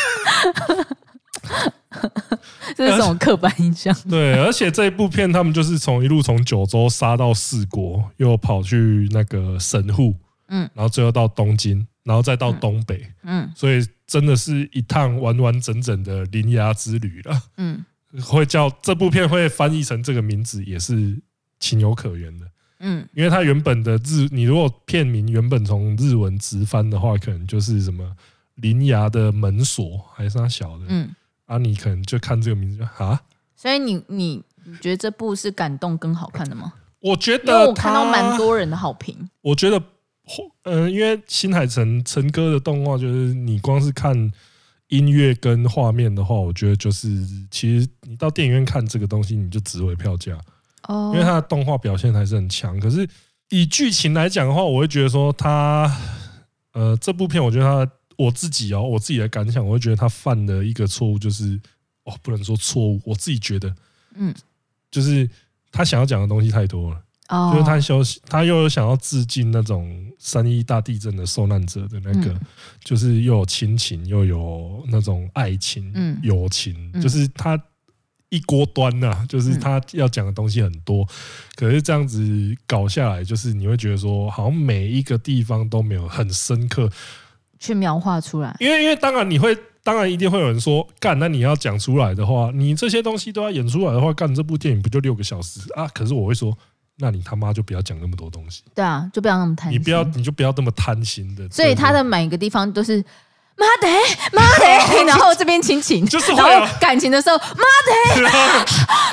这是什么刻板印象？ 对，而且这一部片他们就是从一路从九州杀到四国，又跑去那个神户，嗯，然后最后到东京，然后再到东北，嗯，所以真的是一趟完完整整的铃芽之旅了，嗯，会叫这部片会翻译成这个名字也是情有可原的，嗯，因为它原本的日，你如果片名原本从日文直翻的话，可能就是什么铃芽的门锁还是它小的，嗯。啊，你可能就看这个名字就啊， 所以你你你觉得这部是感动跟好看的吗？ 我觉得， 因为我看到蛮多人的好评。 我觉得，呃，因为新海诚陈哥的动画，就是你光是看音乐跟画面的话，我觉得就是其实你到电影院看这个东西，你就值回票价。 哦， 因为它的动画表现还是很强。可是以剧情来讲的话，我会觉得说它，呃，这部片我觉得它我自己哦，我自己的感想，我会觉得他犯的一个错误就是，哦，不能说错误，我自己觉得，嗯，就是他想要讲的东西太多了。哦、就是他休息，他又有想要致敬那种三一大地震的受难者的那个，嗯、就是又有亲情，又有那种爱情、嗯、友情，嗯、就是他一锅端呐、啊，就是他要讲的东西很多，嗯、可是这样子搞下来，就是你会觉得说，好像每一个地方都没有很深刻去描画出来， 因为因为当然你会，当然一定会有人说，干，那你要讲出来的话，你这些东西都要演出来的话，干这部电影不就六个小时啊？可是我会说。那你他妈就不要讲那么多东西。 对啊，就不要那么贪心。 你不要，你就不要那么贪心的。 所以他的每个地方都是妈的妈的，然后这边亲情， 就是、啊、 然后感情的时候妈的。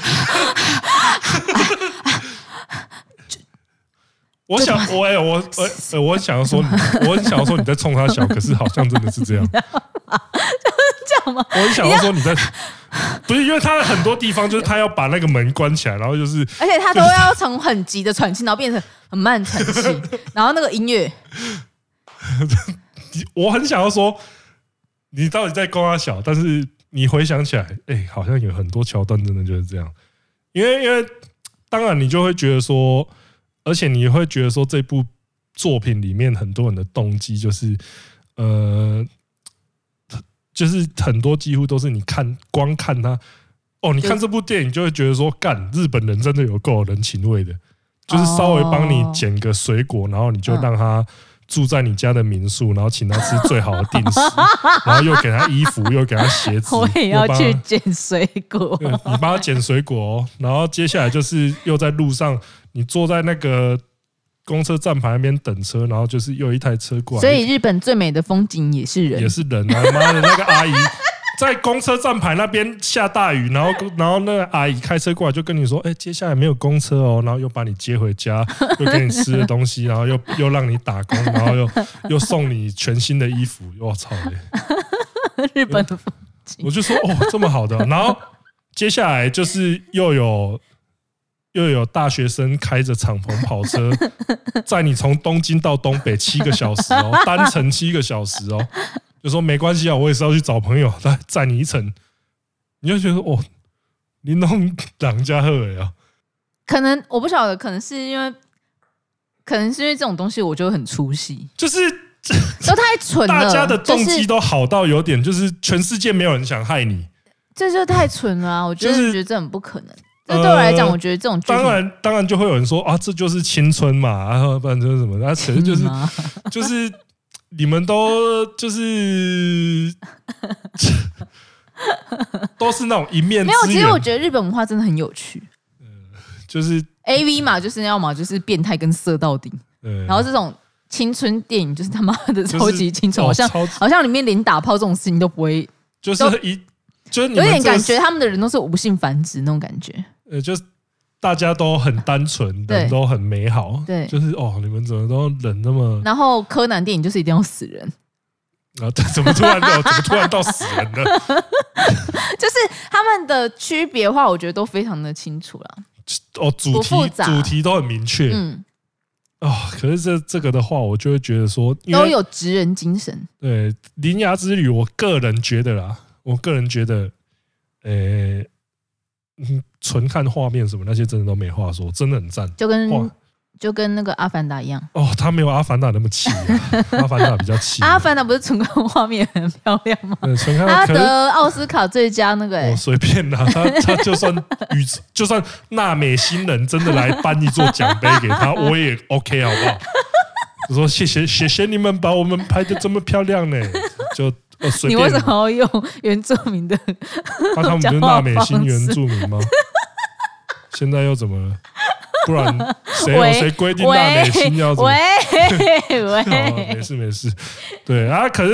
我想，我哎、欸，我我我很想要说你，我很想要说你在冲他笑，可是好像真的是这样。 这样吗？ 我很想要说你在。不是因为他很多地方就是他要把那个门关起来，然后就是， 而且他都要从很急的喘气，然后变成很慢喘气，然后那个音乐， 我很想要说，你到底在攻他小，但是你回想起来，哎、欸，好像有很多桥段真的就是这样，因为因为当然你就会觉得说，而且你会觉得说这部作品里面很多人的动机就是呃。就是很多几乎都是你看光看他哦，你看这部电影就会觉得说，干日本人真的有够有人情味的，就是稍微帮你捡个水果，然后你就让他住在你家的民宿，然后请他吃最好的定食，然后又给他衣服，又给他鞋子。 我也要去捡水果， 你帮他捡水果哦，然后接下来就是又在路上，你坐在那个。公车站牌那边等车，然后就是又一台车过来， 所以日本最美的风景也是人， 也是人啊！妈的，那个阿姨在公车站牌那边下大雨，然后然后那个阿姨开车过来就跟你说：“哎、欸，接下来没有公车哦。”然后又把你接回家，又给你吃的东西，然后又又让你打工，然后又又送你全新的衣服。我操嘞！ 日本的风景， 我就说哦，这么好的。然后接下来就是又有。又有大学生开着敞篷跑车，载你从东京到东北七个小时哦，单程七个小时哦，就说没关系啊，我也是要去找朋友，来载你一程，你就觉得哦，你弄两家喝了呀？ 可能我不晓得，可能是因为，可能是因为这种东西，我就很出戏， 就是都太蠢了， 大家的动机都好到有点，就是全世界没有人想害你， 这就太蠢了啊！我觉得、就是、觉得这很不可能。这对我来讲，我觉得这种当然当然就会有人说啊，这就是青春嘛，然后不然就是什么，那其实就是就是你们都就是都是那种一面之缘。没有， 其实我觉得日本文化真的很有趣。 呃，就是 A V 嘛，就是要么就是变态跟色到底，然后这种青春电影就是他妈的超级青春，好像好像里面连打炮这种事情都不会， 就是一就是有点感觉他们的人都是无性繁殖那种感觉。 呃，就是大家都很单纯，人都很美好，对，就是哦，你们怎么都人那么…… 然后柯南电影就是一定要死人啊，怎么突然到怎么突然到死人了？ 就是他们的区别的话，我觉得都非常的清楚了。 哦，主题主题都很明确，嗯，哦，可是这这个的话，我就会觉得说， 都有职人精神。 对，《铃芽之旅》，我个人觉得啦，我个人觉得，呃、欸。嗯，纯看画面什么那些真的都没话说，真的很赞， 就跟就跟那个阿凡达一样。 哦，他没有阿凡达那么气、啊，阿凡达比较气。 阿凡达不是纯看画面很漂亮吗？ 对，纯看他得奥斯卡最佳那个、欸， 我随便啦，他他就算宇就算纳美星人真的来颁一座奖杯给他，我也 OK 好不好？我说谢谢谢谢你们把我们拍得这么漂亮呢、欸，就。哦、 你为什么要用原住民的？ 那、啊、他们不是纳美星原住民吗？现在又怎么了？不然谁有谁规定纳美星要怎么？ 喂喂、 哦，没事没事。对啊，可是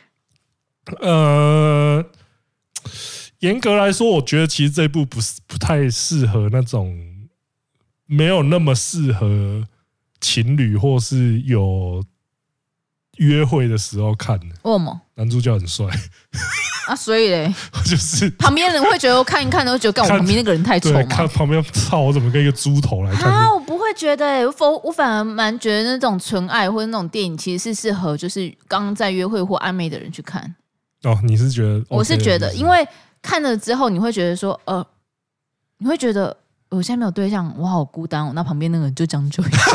呃，严格来说，我觉得其实这部不是不太适合那种没有那么适合情侣或是有。约会的时候看的， 为什么？ 男主角很帅。 啊，所以嘞， 就是旁边人会觉得我看一看都觉得，干我旁边那个人太丑嘛。 看旁边，操，我怎么跟一个猪头来看？ 啊，我不会觉得、欸，我我反而蛮觉得那种纯爱或者那种电影，其实是适合就是刚刚在约会或暧昧的人去看。 哦，你是觉得？ 我是觉得，因为看了之后，你会觉得说，呃，你会觉得我现在没有对象，我好孤单哦。那旁边那个人就将就一下。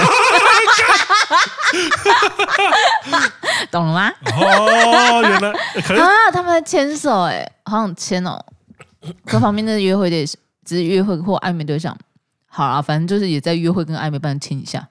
懂了吗？ 哦，原来可是啊，他们在牵手哎、欸，好想牵哦。可旁边的约会的只是约会或暧昧对象，好啦，反正就是也在约会跟暧昧班牵一下。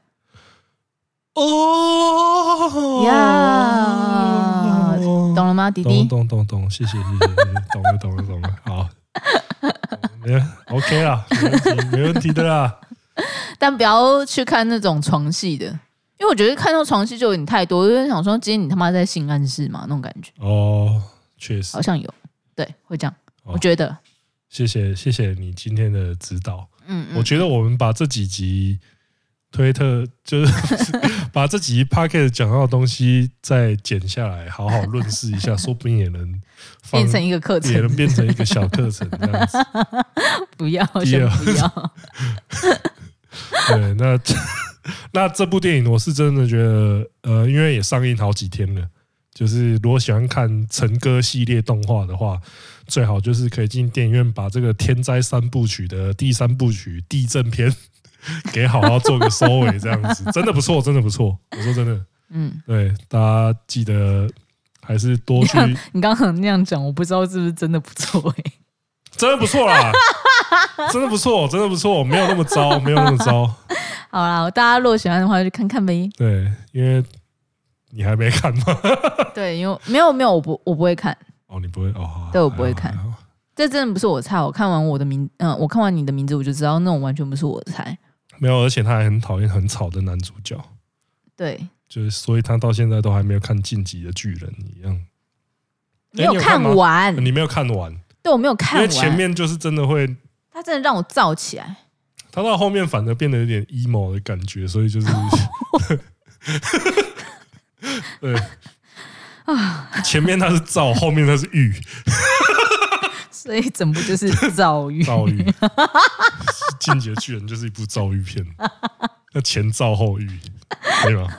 哦呀，懂了吗，弟弟？ 懂懂懂懂，谢谢谢谢，懂了懂了懂了，好，没 OK 啦，没问题没问题的啦。 但不要去看那种床戏的。因为我觉得看到床戏就有点太多，我就想说，今天你他妈在性暗示嘛，那种感觉。 哦，确实， 好像有，对，会这样。哦、我觉得， 谢谢谢谢你今天的指导。 嗯, 嗯， 我觉得我们把这几集推特就是把这几集 podcast 讲到的东西再剪下来，好好论述一下，说不定也能变成一个课程， 也能变成一个小课程这样子。 不要，先不要。 对，那。那这部电影我是真的觉得，呃，因为也上映好几天了，就是如果喜欢看陈哥系列动画的话，最好就是可以进电影院把这个天灾三部曲的第三部曲地震篇给好好做个收尾，这样子真的不错，真的不错。我说真的，嗯，对，大家记得还是多去。 你刚刚那样讲，我不知道是不是真的不错哎、欸， 真的不错啦，真的不错，真的不错，没有那么糟，没有那么糟。 好啦，大家如果喜欢的话就看看呗。 对，因为你还没看吗？ 对，因为没有没有，我不我不会看。 哦，你不会哦？ 对，我不会看。这真的不是我菜。我看完我的名，嗯、呃，我看完你的名字，我就知道那种完全不是我的菜。 没有，而且他还很讨厌很吵的男主角。 对， 就是所以他到现在都还没有看《晋级的巨人》一样。 没有看完， 你没有看完？ 对，我没有看完， 因为前面就是真的会， 他真的让我燥起来。 他到后面反而变得有点 emo 的感觉，所以就是对啊，前面他是躁，后面他是郁， 所以整部就是躁郁。 躁郁，进击的巨人就是一部躁郁片，那前躁后郁，对吗？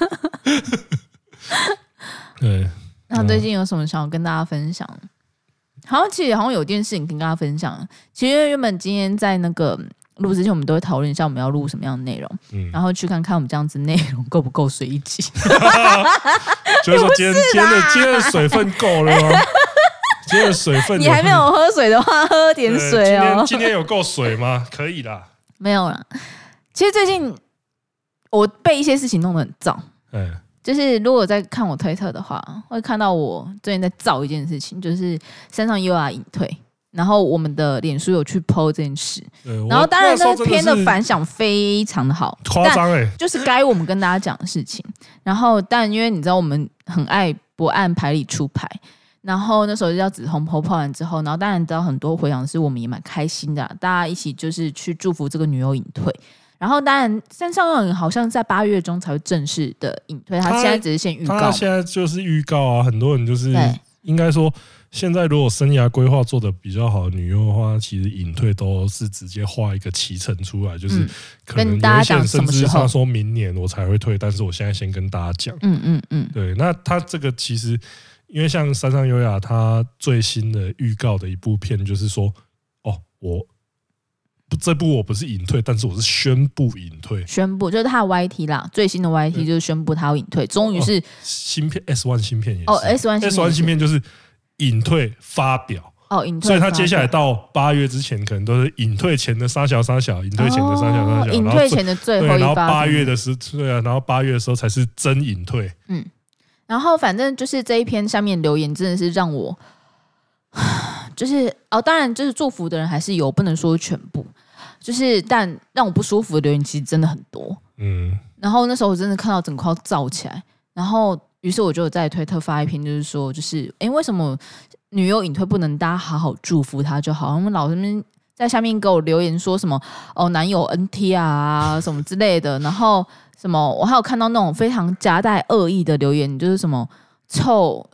对。 那最近有什么想要跟大家分享？好像其实好像有件事情跟大家分享。其实原本今天在那个录之前，我们都会讨论一下我们要录什么样的内容，嗯、然后去看看我们这样子内容够不够随机。 就是说今天今天的今天的水分够了吗？今天的水分， 你还没有喝水的话，喝点水哦。 今天今天有够水吗？可以啦。 没有啦。其实最近我被一些事情弄得很燥。嗯。就是如果在看我推特的话，会看到我最近在造一件事情，就是山上优雅隐退，然后我们的脸书有去 po 这件事，然后当然那篇的反响非常的好， 夸张哎， 就是该我们跟大家讲的事情。然后但因为你知道我们很爱不按牌理出牌，然后那时候就叫紫红 po po 完之后，然后当然知道很多回响是我们也蛮开心的、啊，大家一起就是去祝福这个女友隐退。然后当然山上优雅好像在八月中才会正式的隐退，他现在只是先预告， 他现在就是预告啊，很多人就是应该说现在如果生涯规划做的比较好的女优的话，其实隐退都是直接画一个期程出来，就是可能有一些人甚至他说明年我才会退，但是我现在先跟大家讲，嗯嗯嗯，对，那他这个其实因为像山上优雅他最新的预告的一部片就是说，哦我。这部我不是隐退，但是我是宣布隐退。 宣布就是他的 Y T 啦，最新的 Y T 就是宣布他要隐退，终于是、哦、 芯片 S 一 芯片也是哦 S 一 S 一 芯片就是隐退发表哦隐退， 所以他接下来到八月之前可能都是隐退前的三小三小，隐退前的三小三小， 隐退前的最后一发， 然后八月的时对啊，然后八月的时候才是真隐退。 嗯，然后反正就是这一篇下面留言真的是让我。就是哦，当然就是祝福的人还是有，不能说全部。就是但让我不舒服的留言其实真的很多，嗯。然后那时候我真的看到整块燥起来，然后于是我就在推特发一篇，就是说，就是哎，为什么女优隐退不能大家好好祝福她就好？他们老是们在下面给我留言说什么哦，男友 N T 啊什么之类的，然后什么我还有看到那种非常夹带恶意的留言，就是什么臭。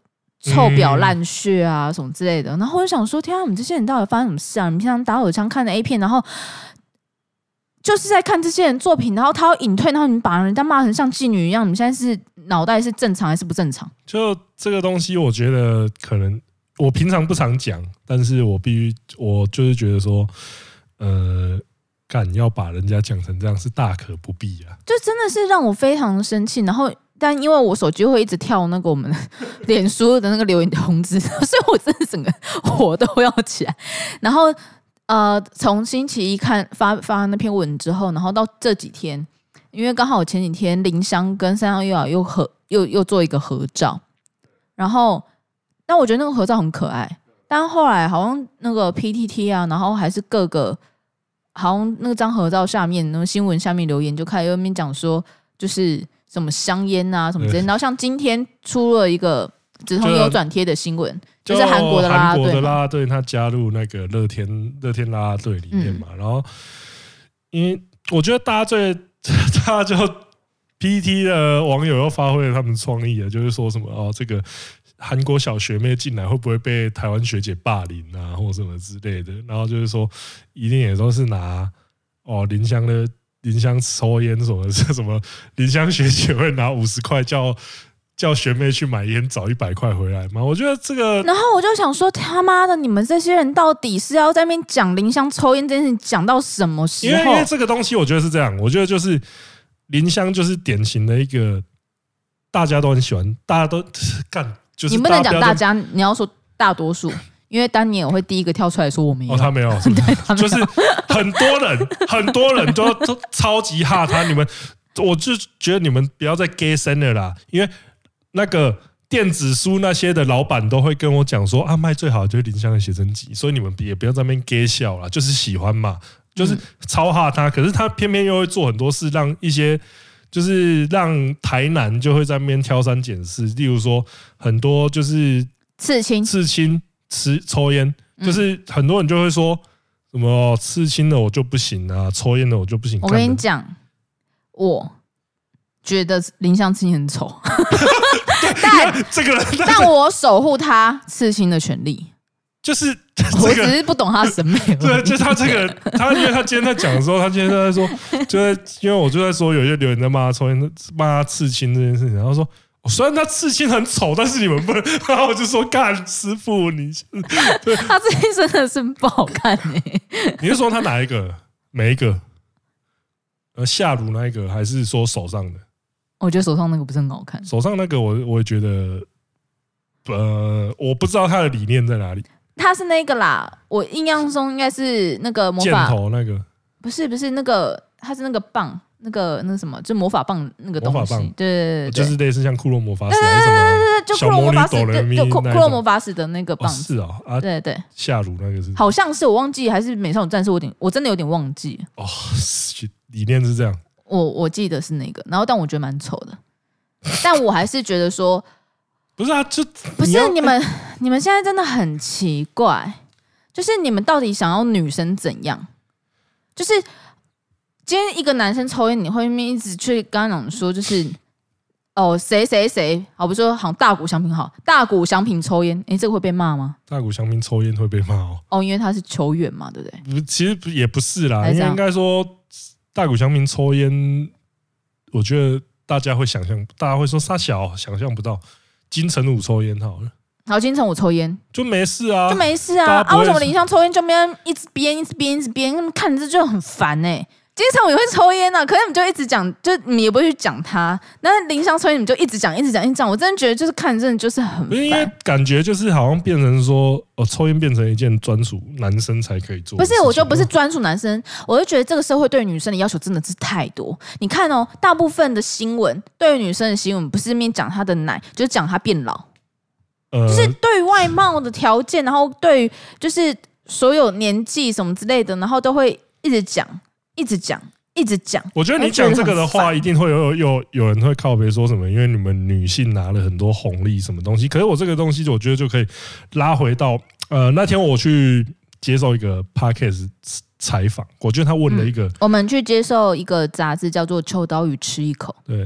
臭婊烂血啊什么之类的。然后我就想说，天啊，你们这些人到底发生什么事啊？你们平常打手枪看的 A 片，然后就是在看这些人作品，然后他要隐退，然后你们把人家骂成像妓女一样，你们现在是脑袋是正常还是不正常？ 就这个东西，我觉得可能我平常不常讲，但是我必须，我就是觉得说，呃，干要把人家讲成这样是大可不必啊。 就真的是让我非常生气，然后。但因为我手机会一直跳那个我们脸书的那个留言通知，所以我真的整个火都要起来。然后呃，从星期一看发发那篇文之后，然后到这几天，因为刚好我前几天林湘跟三上悠亚又合又又做一个合照，然后但我觉得那个合照很可爱，但后来好像那个 P T T 啊，然后还是各个好像那个张合照下面那个新闻下面留言就开始在那边讲说，就是什么香烟啊什么之类的，然后像今天出了一个直通有转贴的新闻，就是韩国的啦啦队， 韩国的啦啦队他加入那个乐天乐天啦啦队里面嘛，嗯、然后因为我觉得大家最大家就 P T T 的网友又发挥了他们创意了，就是说什么哦这个韩国小学妹进来会不会被台湾学姐霸凌啊或什么之类的，然后就是说一定也都是拿哦林湘的。林湘抽烟什么？什么？林湘学姐会拿五十块叫叫学妹去买烟，找一百块回来吗？我觉得这个， 然后我就想说，他妈的，你们这些人到底是要在那边讲林湘抽烟这件事情讲到什么时候？ 因为因为这个东西，我觉得是这样，我觉得就是林湘就是典型的一个大家都很喜欢，大家都干，就是你不能讲大家，你要说大多数。因为丹尼尔会第一个跳出来说我没有， 哦，他没有，是是就是很多人，很多人都都超级哈他，你们，我就觉得你们不要再 gay 生了啦，因为那个电子书那些的老板都会跟我讲说啊，卖最好的就是林湘的写真集，所以你们也不要在那边 gay 笑啦，就是喜欢嘛，就是超哈他，可是他偏偏又会做很多事，让一些就是让台南就会在那边挑三拣四，例如说很多就是刺青， 刺青。吃抽烟，就是很多人就会说什么刺青的我就不行啊，抽烟的我就不行。 我跟你讲，我觉得林湘刺青很丑，但这个人， 但我守护他刺青的权利。 就是、 我只是不懂他的审美。 对，就他这个，他因为他今天在讲的时候，他今天在说，就是因为我就在说，有些留言在骂他抽烟、骂他刺青这件事情，然后说。虽然他刺青很丑，但是你们不能，然后我就说干师傅，你他刺青真的是不好看哎、欸。 你是说他哪一个？每一个？呃，下乳那一个，还是说手上的？ 我觉得手上那个不是很好看。 手上那个我，我也觉得，呃，我不知道他的理念在哪里。 他是那个啦，我印象中应该是那个魔法箭头那个， 不是不是那个，他是那个棒。那个那什么，就魔法棒那个东西，对对对， 就是类似像骷髅魔法使还是什么， 对对对对，就骷髅魔法使，就骷骷髅魔法使的那个棒子， 是啊，啊， 对对， 下乳那个是， 好像是我忘记还是美少女战士，我有点我真的有点忘记哦，理念是这样， 我我记得是那个，然后但我觉得蛮丑的，但我还是觉得说， 不是啊，就不是你们你们现在真的很奇怪，就是你们到底想要女生怎样，就是。今天一个男生抽烟，你会一直去跟他讲说，就是哦谁谁谁，好，比如说好大谷翔平好，大谷翔平抽烟，哎，这个会被骂吗？ 大谷翔平抽烟会被骂哦。 哦，因为他是球员嘛，对不对？ 其实也不是啦，因为应该说大谷翔平抽烟，我觉得大家会想象，大家会说傻小，想象不到。金城武抽烟好了。 好，金城武抽烟就没事啊， 就没事啊啊！为什么林湘抽烟就边一直边一直边一直边看着就很烦哎、欸？经常也会抽烟啊，可是你们就一直讲，就你也不会去讲他。那林湘抽烟，你们就一直讲，一直讲，一直讲。我真的觉得就是看，真的就是很烦。 因为感觉就是好像变成说，哦，抽烟变成一件专属男生才可以做。 不是，我觉得不是专属男生，我就觉得这个社会对女生的要求真的是太多。你看哦，大部分的新闻对于女生的新闻，不是面讲她的奶，就是讲她变老。呃、就是对于外貌的条件，然后对于就是所有年纪什么之类的，然后都会一直讲。一直讲，一直讲。 我觉得你讲这个的话，一定会有有有人会靠北说什么，因为你们女性拿了很多红利什么东西。可是我这个东西，我觉得就可以拉回到呃那天我去接受一个 podcast 采访，我觉得他问了一个、嗯， 我们去接受一个杂志叫做《秋刀鱼吃一口》。 对，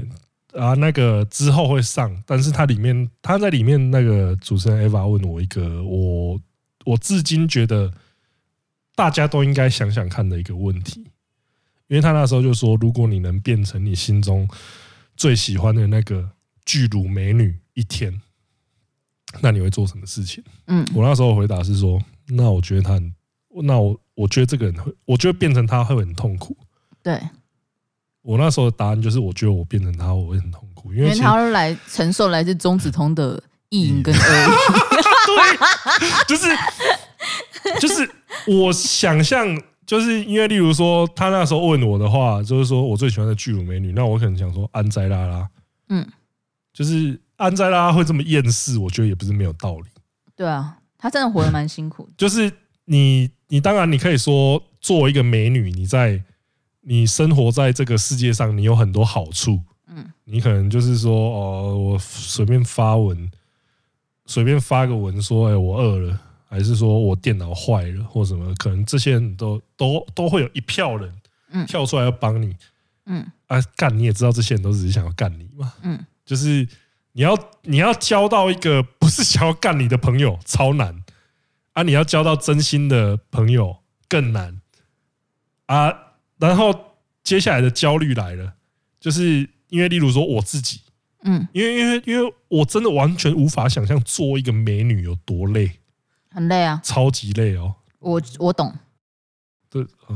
啊，那个之后会上，但是他里面他在里面那个主持人 Eva 问我一个我我至今觉得大家都应该想想看的一个问题，因为他那时候就说，如果你能变成你心中最喜欢的那个巨乳美女一天，那你会做什么事情？嗯，我那时候回答是说，那我觉得他很，那我我觉得这个人会，我觉得变成他会很痛苦。对。我那时候的答案就是，我觉得我变成他，我会很痛苦，因为他会来承受来自中子通的意淫跟恶意。 对，就是就是我想象，就是因为例如说，他那时候问我的话，就是说我最喜欢的巨乳美女，那我可能想说安斋拉拉，嗯，就是安斋拉拉会这么厌世，我觉得也不是没有道理。 对啊，他真的活得蛮辛苦的。 就是你，你当然你可以说，作为一个美女，你在。你生活在这个世界上，你有很多好处。嗯，你可能就是说，哦，我随便发文，随便发个文说，哎，我饿了，还是说我电脑坏了，或什么，可能这些人都都都会有一票人跳出来要帮你。嗯，啊，干你也知道，这些人都只是想要干你嘛。嗯，就是你要你要交到一个不是想要干你的朋友，超难啊！你要交到真心的朋友更难啊！然后接下来的焦虑来了，就是因为例如说我自己，嗯，因为因为因为我真的完全无法想象做一个美女有多累， 很累啊， 超级累哦。 我我懂， 对，哦、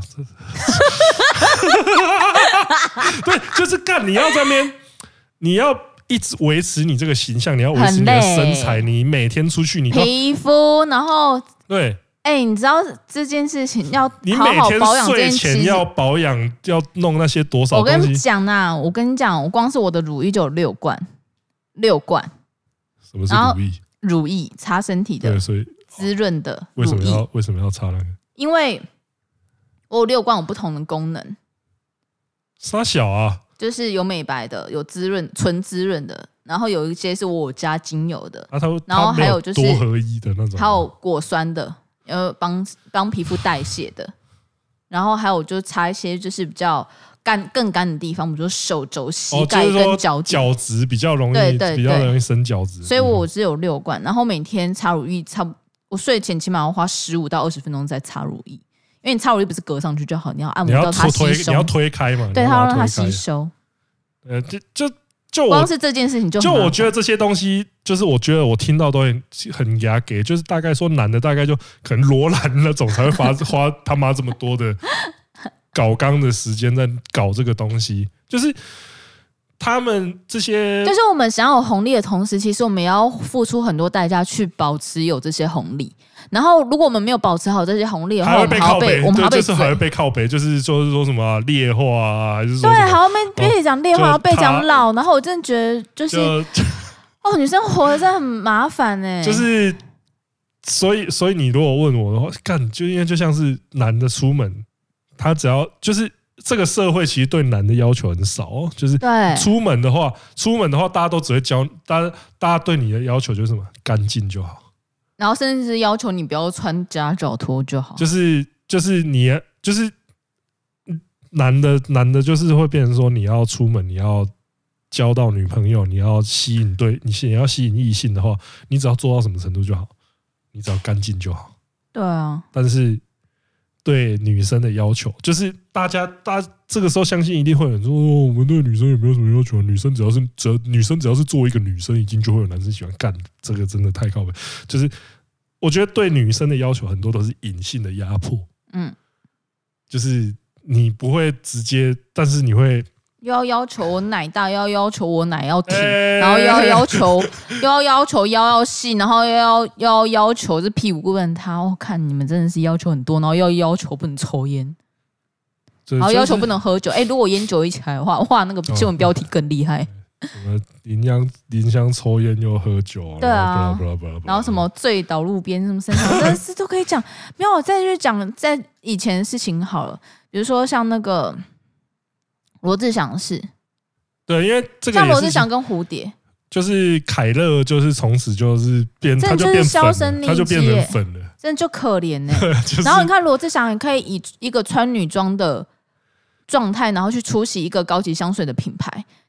对，就是干你要在那边，你要一直维持你这个形象，你要维持你的身材，你每天出去你皮肤，然后对。 哎、欸，你知道这件事情要好好保养，这件事情要保养，要弄那些多少东西？ 我跟你讲呐，我跟你讲，我光是我的乳液就有六罐，六罐。 什么是乳液？ 乳液擦身体的， 对，所以滋润的乳液。为什么要为什么要擦那个？ 因为我有六罐有不同的功能。 啥小啊？ 就是有美白的，有滋润、纯滋润的，然后有一些是我加精油的， 啊、它然后还有就是多合一的那种， 还有果酸的。呃，帮帮皮肤代谢的，然后还有就擦一些就是比较干更干的地方，比如说手肘、膝盖跟脚趾， 角质比较容易，对对对比较容易生角质。 所以我是有六罐，然后每天擦乳液，差我睡前起码要花十五到二十分钟在擦乳液，因为你擦乳液不是隔上去就好，你要按摩到它吸收， 你要推开嘛， 对，它要让它吸收。 呃，就就就光是这件事情就就我觉得这些东西。就是我觉得我听到都很很牙给，就是大概说男的大概就可能罗兰那种才会花花他妈这么多的搞纲的时间在搞这个东西，就是他们这些， 就是我们想要有红利的同时，其实我们也要付出很多代价去保持有这些红利。然后如果我们没有保持好这些红利的话， 还会被靠北， 我们还要被就是还会被靠北，就是就是说什么劣化啊，还是说对，还要被被讲劣化，被讲老，然后我真的觉得就是。哦，女生活得真的很麻烦哎、欸， 就是，所以所以你如果问我的话，干就因为就像是男的出门，他只要就是这个社会其实对男的要求很少哦，就是出门的话，出门的话大家都只会教，大家大家对你的要求就是什么干净就好， 然后甚至是要求你不要穿夹脚拖就好， 就是就是你就是男的男的就是会变成说你要出门你要。交到女朋友，你要吸引对你也要吸引异性的话，你只要做到什么程度就好，你只要干净就好。 对啊， 但是对女生的要求，就是大家大家这个时候相信一定会有人说、哦，我们对女生有没有什么要求？女生只要是只要女生只要是做一个女生，已经就会有男生喜欢干，这个真的太靠北。就是我觉得对女生的要求很多都是隐性的压迫，嗯，就是你不会直接，但是你会。 又要要求我奶大，又要要求我奶要挺，欸、然后又要要求，又要要求腰要细，然后又要又要要求这屁股不能塌。我、哦、看你们真的是要求很多，然后又要要求不能抽烟，然后要求不能喝酒。哎、欸，如果烟酒一起来的话，哇，那个新闻标题更厉害。 什么林香林香抽烟又喝酒啊？ 对啊，然后什么醉倒路边，什么身上，但是都可以讲。没有，我再去讲在以前的事情好了，比如说像那个。罗志祥是， 对，因为这个像罗志祥跟蝴蝶， 就是凯乐，就是从此就是变，他就变粉了，他就变成粉了， 真的就可怜呢、欸就是。然后你看罗志祥也可以以一个穿女装的状态，然后去出席一个高级香水的品牌，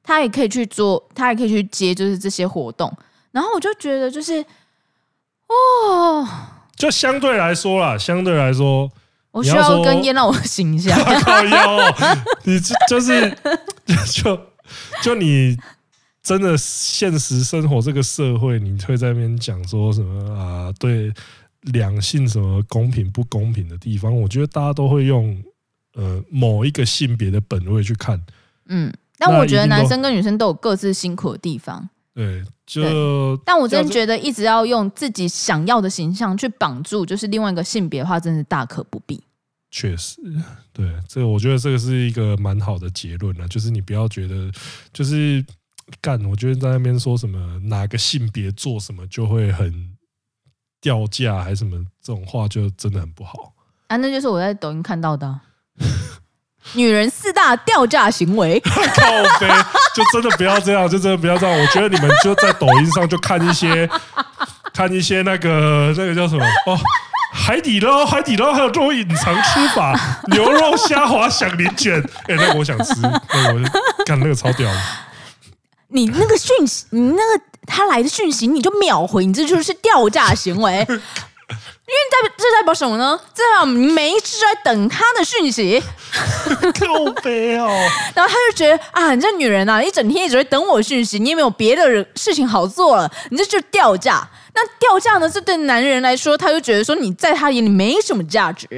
他也可以去做，他也可以去接就是这些活动。然后我就觉得就是哦， 就相对来说啦，相对来说。 我需要根烟让我醒一下。 靠腰、哦，你就是就就你真的现实生活这个社会，你会在那边讲说什么啊？对两性什么公平不公平的地方，我觉得大家都会用呃某一个性别的本位去看。 嗯，但我觉得男生跟女生都有各自辛苦的地方。 对，就但我真的觉得一直要用自己想要的形象去绑住，就是另外一个性别的话，真是大可不必。 确实，对这个，我觉得这个是一个蛮好的结论了，就是你不要觉得就是干，我觉得在那边说什么哪个性别做什么就会很掉价，还是什么这种话，就真的很不好啊！那就是我在抖音看到的、啊。女人四大掉价行为， 靠北，就真的不要这样，就真的不要这样。我觉得你们就在抖音上就看一些，看一些那个那个叫什么哦，海底捞，海底捞还有这种隐藏吃法，牛肉虾滑响铃卷，哎、欸，那个我想吃，那个我干那个超屌的。 你那个讯息，你那个他来的讯息，你就秒回，你这就是掉价行为。因为代表这代表什么呢？这代表你每一次都在等他的讯息， 靠北哦。 然后他就觉得啊，你这女人啊，一整天一直会等我讯息，你也没有别的事情好做了，你这就是掉价。那掉价呢，是对男人来说，他就觉得说你在他眼里没什么价值。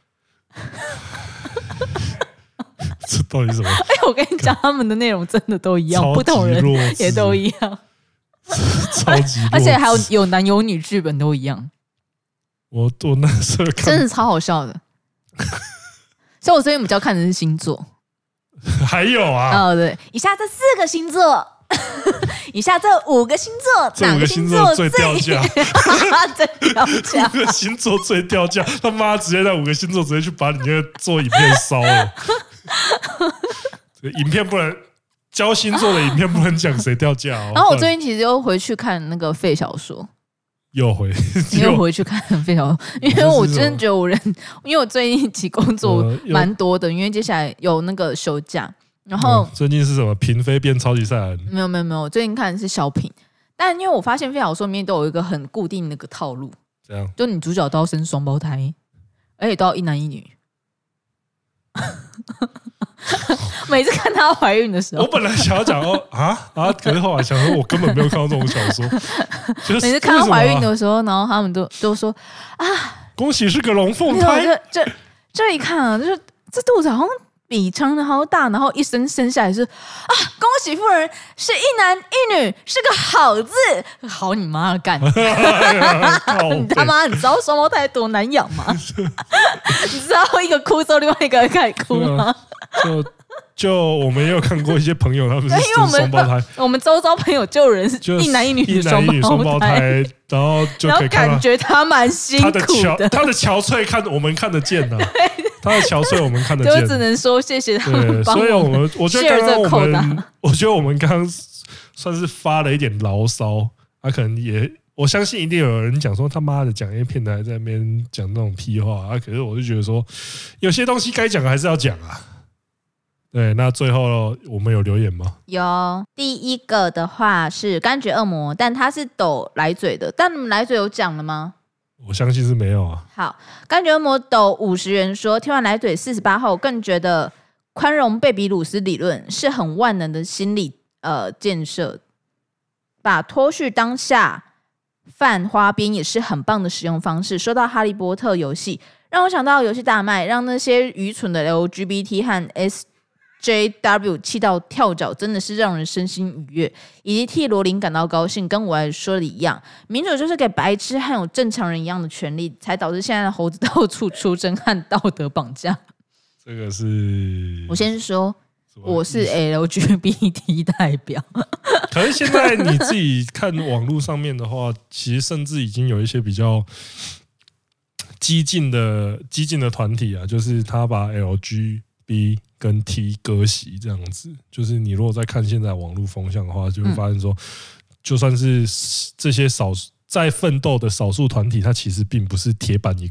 这到底什么？ 哎，我跟你讲，他们的内容真的都一样，不同人也都一样， 超级弱智， 而且还有有男有女，剧本都一样。 我我那时候看真的超好笑的，所以我最近比较看的是星座。 还有啊， 哦对，以下这四个星座，以下这五个星座， 这五个星座最掉价， 最掉价， 五个星座最掉价，他妈直接那五个星座直接去把你那个做影片烧了。影片不能教星座的影片不能讲谁掉价哦。 然后我最近其实又回去看那个废小说。 又回又回去看废小说，因为我真的觉得我人，因为我最近一起工作蛮多的，因为接下来有那个休假，然后、 嗯、最近是什么嫔妃变超级赛亚人？ 没有没有没有，我最近看的是小品，但因为我发现废小说里面都有一个很固定的一个套路， 这样， 就女主角都要生双胞胎，而且都要一男一女。每次看她怀孕的时候， 我本来想要讲哦啊啊，可是后来想说，我根本没有看到这种小说。就是、 每次看她怀孕的时候，然后他们都都说啊， 恭喜是个龙凤胎。 这这这一看啊，就是这肚子好像比常人好大，然后一生生下来是啊，恭喜夫人是一男一女，是个好字，好你妈的干！你他妈你知道双胞胎多难养吗？你知道一个哭之后另外一个开始哭吗？ 就就我们也有看过一些朋友，他们是双胞胎， 我们周遭朋友就有人是一男一女的双胞胎， 然后就可以看感觉他蛮辛苦的， 他的憔悴看我们看得见的、啊。他的憔悴我们看得见， 就只能说谢谢他们帮我们。 所以我们我觉得刚刚我们，我觉得我们刚刚算是发了一点牢骚，他、啊、可能也我相信一定有人讲说他妈的讲一些片台在那边讲那种屁话啊，可是我就觉得说有些东西该讲还是要讲啊。对，那最后我们有留言吗？ 有，第一个的话是柑橘恶魔，但他是抖来嘴的，但你们来嘴有讲了吗？ 我相信是没有啊。 好，柑橘恶魔抖五十元说，听完来嘴四十八后，更觉得宽容贝比鲁斯理论是很万能的心理呃建设，把脱序当下泛花边也是很棒的使用方式。说到哈利波特游戏，让我想到游戏大卖，让那些愚蠢的 L G B T 和 S J W 气到跳脚，真的是让人身心愉悦，以及替罗琳感到高兴。跟我来说的一样，民主就是给白痴和有正常人一样的权利，才导致现在的猴子到处出征和道德绑架。 这个是我先说，我是 L G B T 代表。 可是现在你自己看网络上面的话，其实甚至已经有一些比较激进的激进的团体啊，就是他把 L G B跟 T 割席这样子，就是你如果在看现在网络风向的话，就会发现说，就算是这些少在奋斗的少数团体，它其实并不是铁板一块，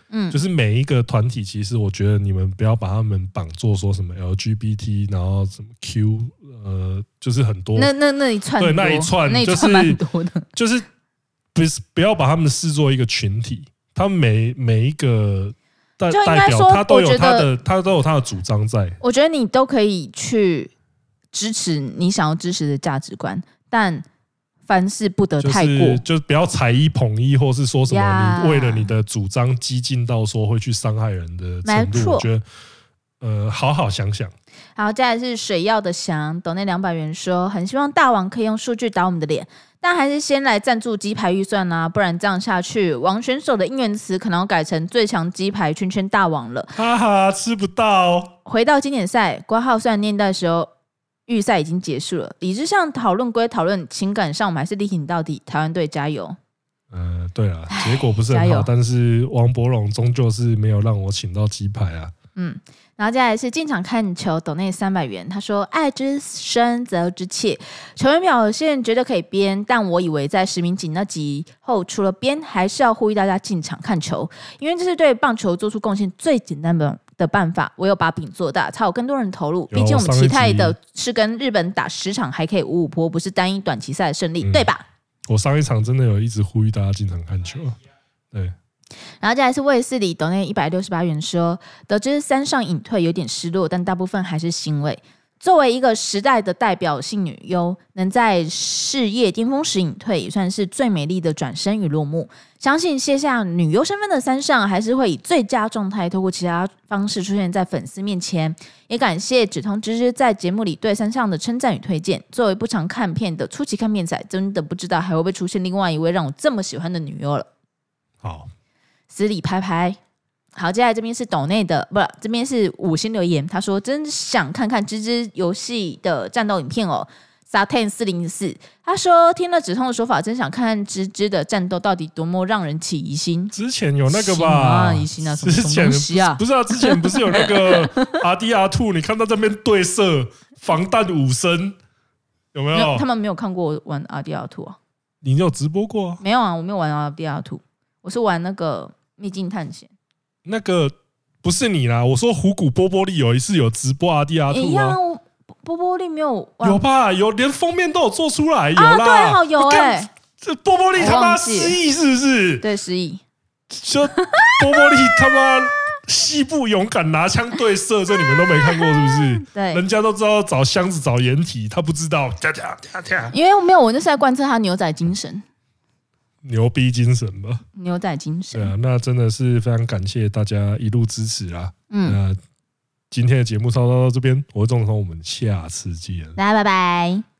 嗯，就是每一个团体，其实我觉得你们不要把他们绑做说什么 L G B T， 然后什么 Q， 呃，就是很多那那那一串对那一串那一串蛮多的， 就是不是不要把他们视作一个群体，他们每每一个代代表他都有他的他都有他的主张在。 我觉得你都可以去支持你想要支持的价值观，但凡事不得太过， 就是就不要踩一捧一，或是说什么你为了你的主张激进到说会去伤害人的程度，我觉得呃好好想想。 好，再来是水曜的翔，抖内两百元说，很希望大王可以用数据打我们的脸，但还是先来赞助鸡排预算啊，不然这样下去，王选手的应援词可能要改成最强鸡排圈圈大王了。 哈哈，吃不到。 回到经典赛，挂号虽然念到的时候。预赛已经结束了，理智上讨论归讨论，情感上我们还是力挺到底，台湾队加油。 呃，对啊，结果不是很好，但是王柏融终究是没有让我请到鸡排啊。 嗯，然后接下来是进场看球，抖内三百元。他说：“爱之深，责之切。球员表现绝对可以编，但我以为在实名警那集后，除了编，还是要呼吁大家进场看球，因为这是对棒球做出贡献最简单的。”的办法，我有把饼做大，才有更多人投入。毕竟我们期待的是跟日本打十场还可以五五波，不是单一短期赛的胜利，嗯、对吧？ 我上一场真的有一直呼吁大家进场看球，对。 然后接下来是卫视里抖内一百六十八元说，得知三上隐退有点失落，但大部分还是欣慰。作为一个时代的代表性女优，能在事业巅峰时隐退，也算是最美丽的转身与落幕。相信卸下女优身份的三上，还是会以最佳状态，透过其他方式出现在粉丝面前。也感谢止痛芝芝在节目里对三上的称赞与推荐。作为不常看片的初期看片仔，真的不知道还会不会出现另外一位让我这么喜欢的女优了。 好， 死里拍拍。好，接下来这边是抖内的，不，这边是五星留言。他说：“真想看看芝芝游戏的战斗影片哦。” Satan 四零四，他说：“听了止痛的说法，真想看看芝芝的战斗到底多么让人起疑心。” 之前有那个吧？ 啊，疑心啊，什么什么东西啊？ 不是啊，之前不是有那个 R D R 二？ 你看到这边对射防弹五声，有没有？ 没有，他们没有看过我玩 R D R 二 啊？ 你有直播过啊？ 没有啊，我没有玩 R D R 二， 我是玩那个秘境探险。 那个不是你啦，我说虎骨波波利有一次有直播 R D R 二一样啊，波波利没有玩， 有吧？有，连封面都有做出来，有啦。 啊，对，好有哎、欸， 这波波利他妈失忆是不是？ 对，失忆。 就波波利他妈西部勇敢拿枪对射，这你们都没看过是不是？ 对， 人家都知道找箱子找掩体，他不知道。 因为没有，我那是在贯彻他牛仔精神。 牛逼精神吧， 牛仔精神。 对啊，那真的是非常感谢大家一路支持啦。嗯，那今天的节目稍稍到这边，我是仲聪，我们下次见， 大家拜拜。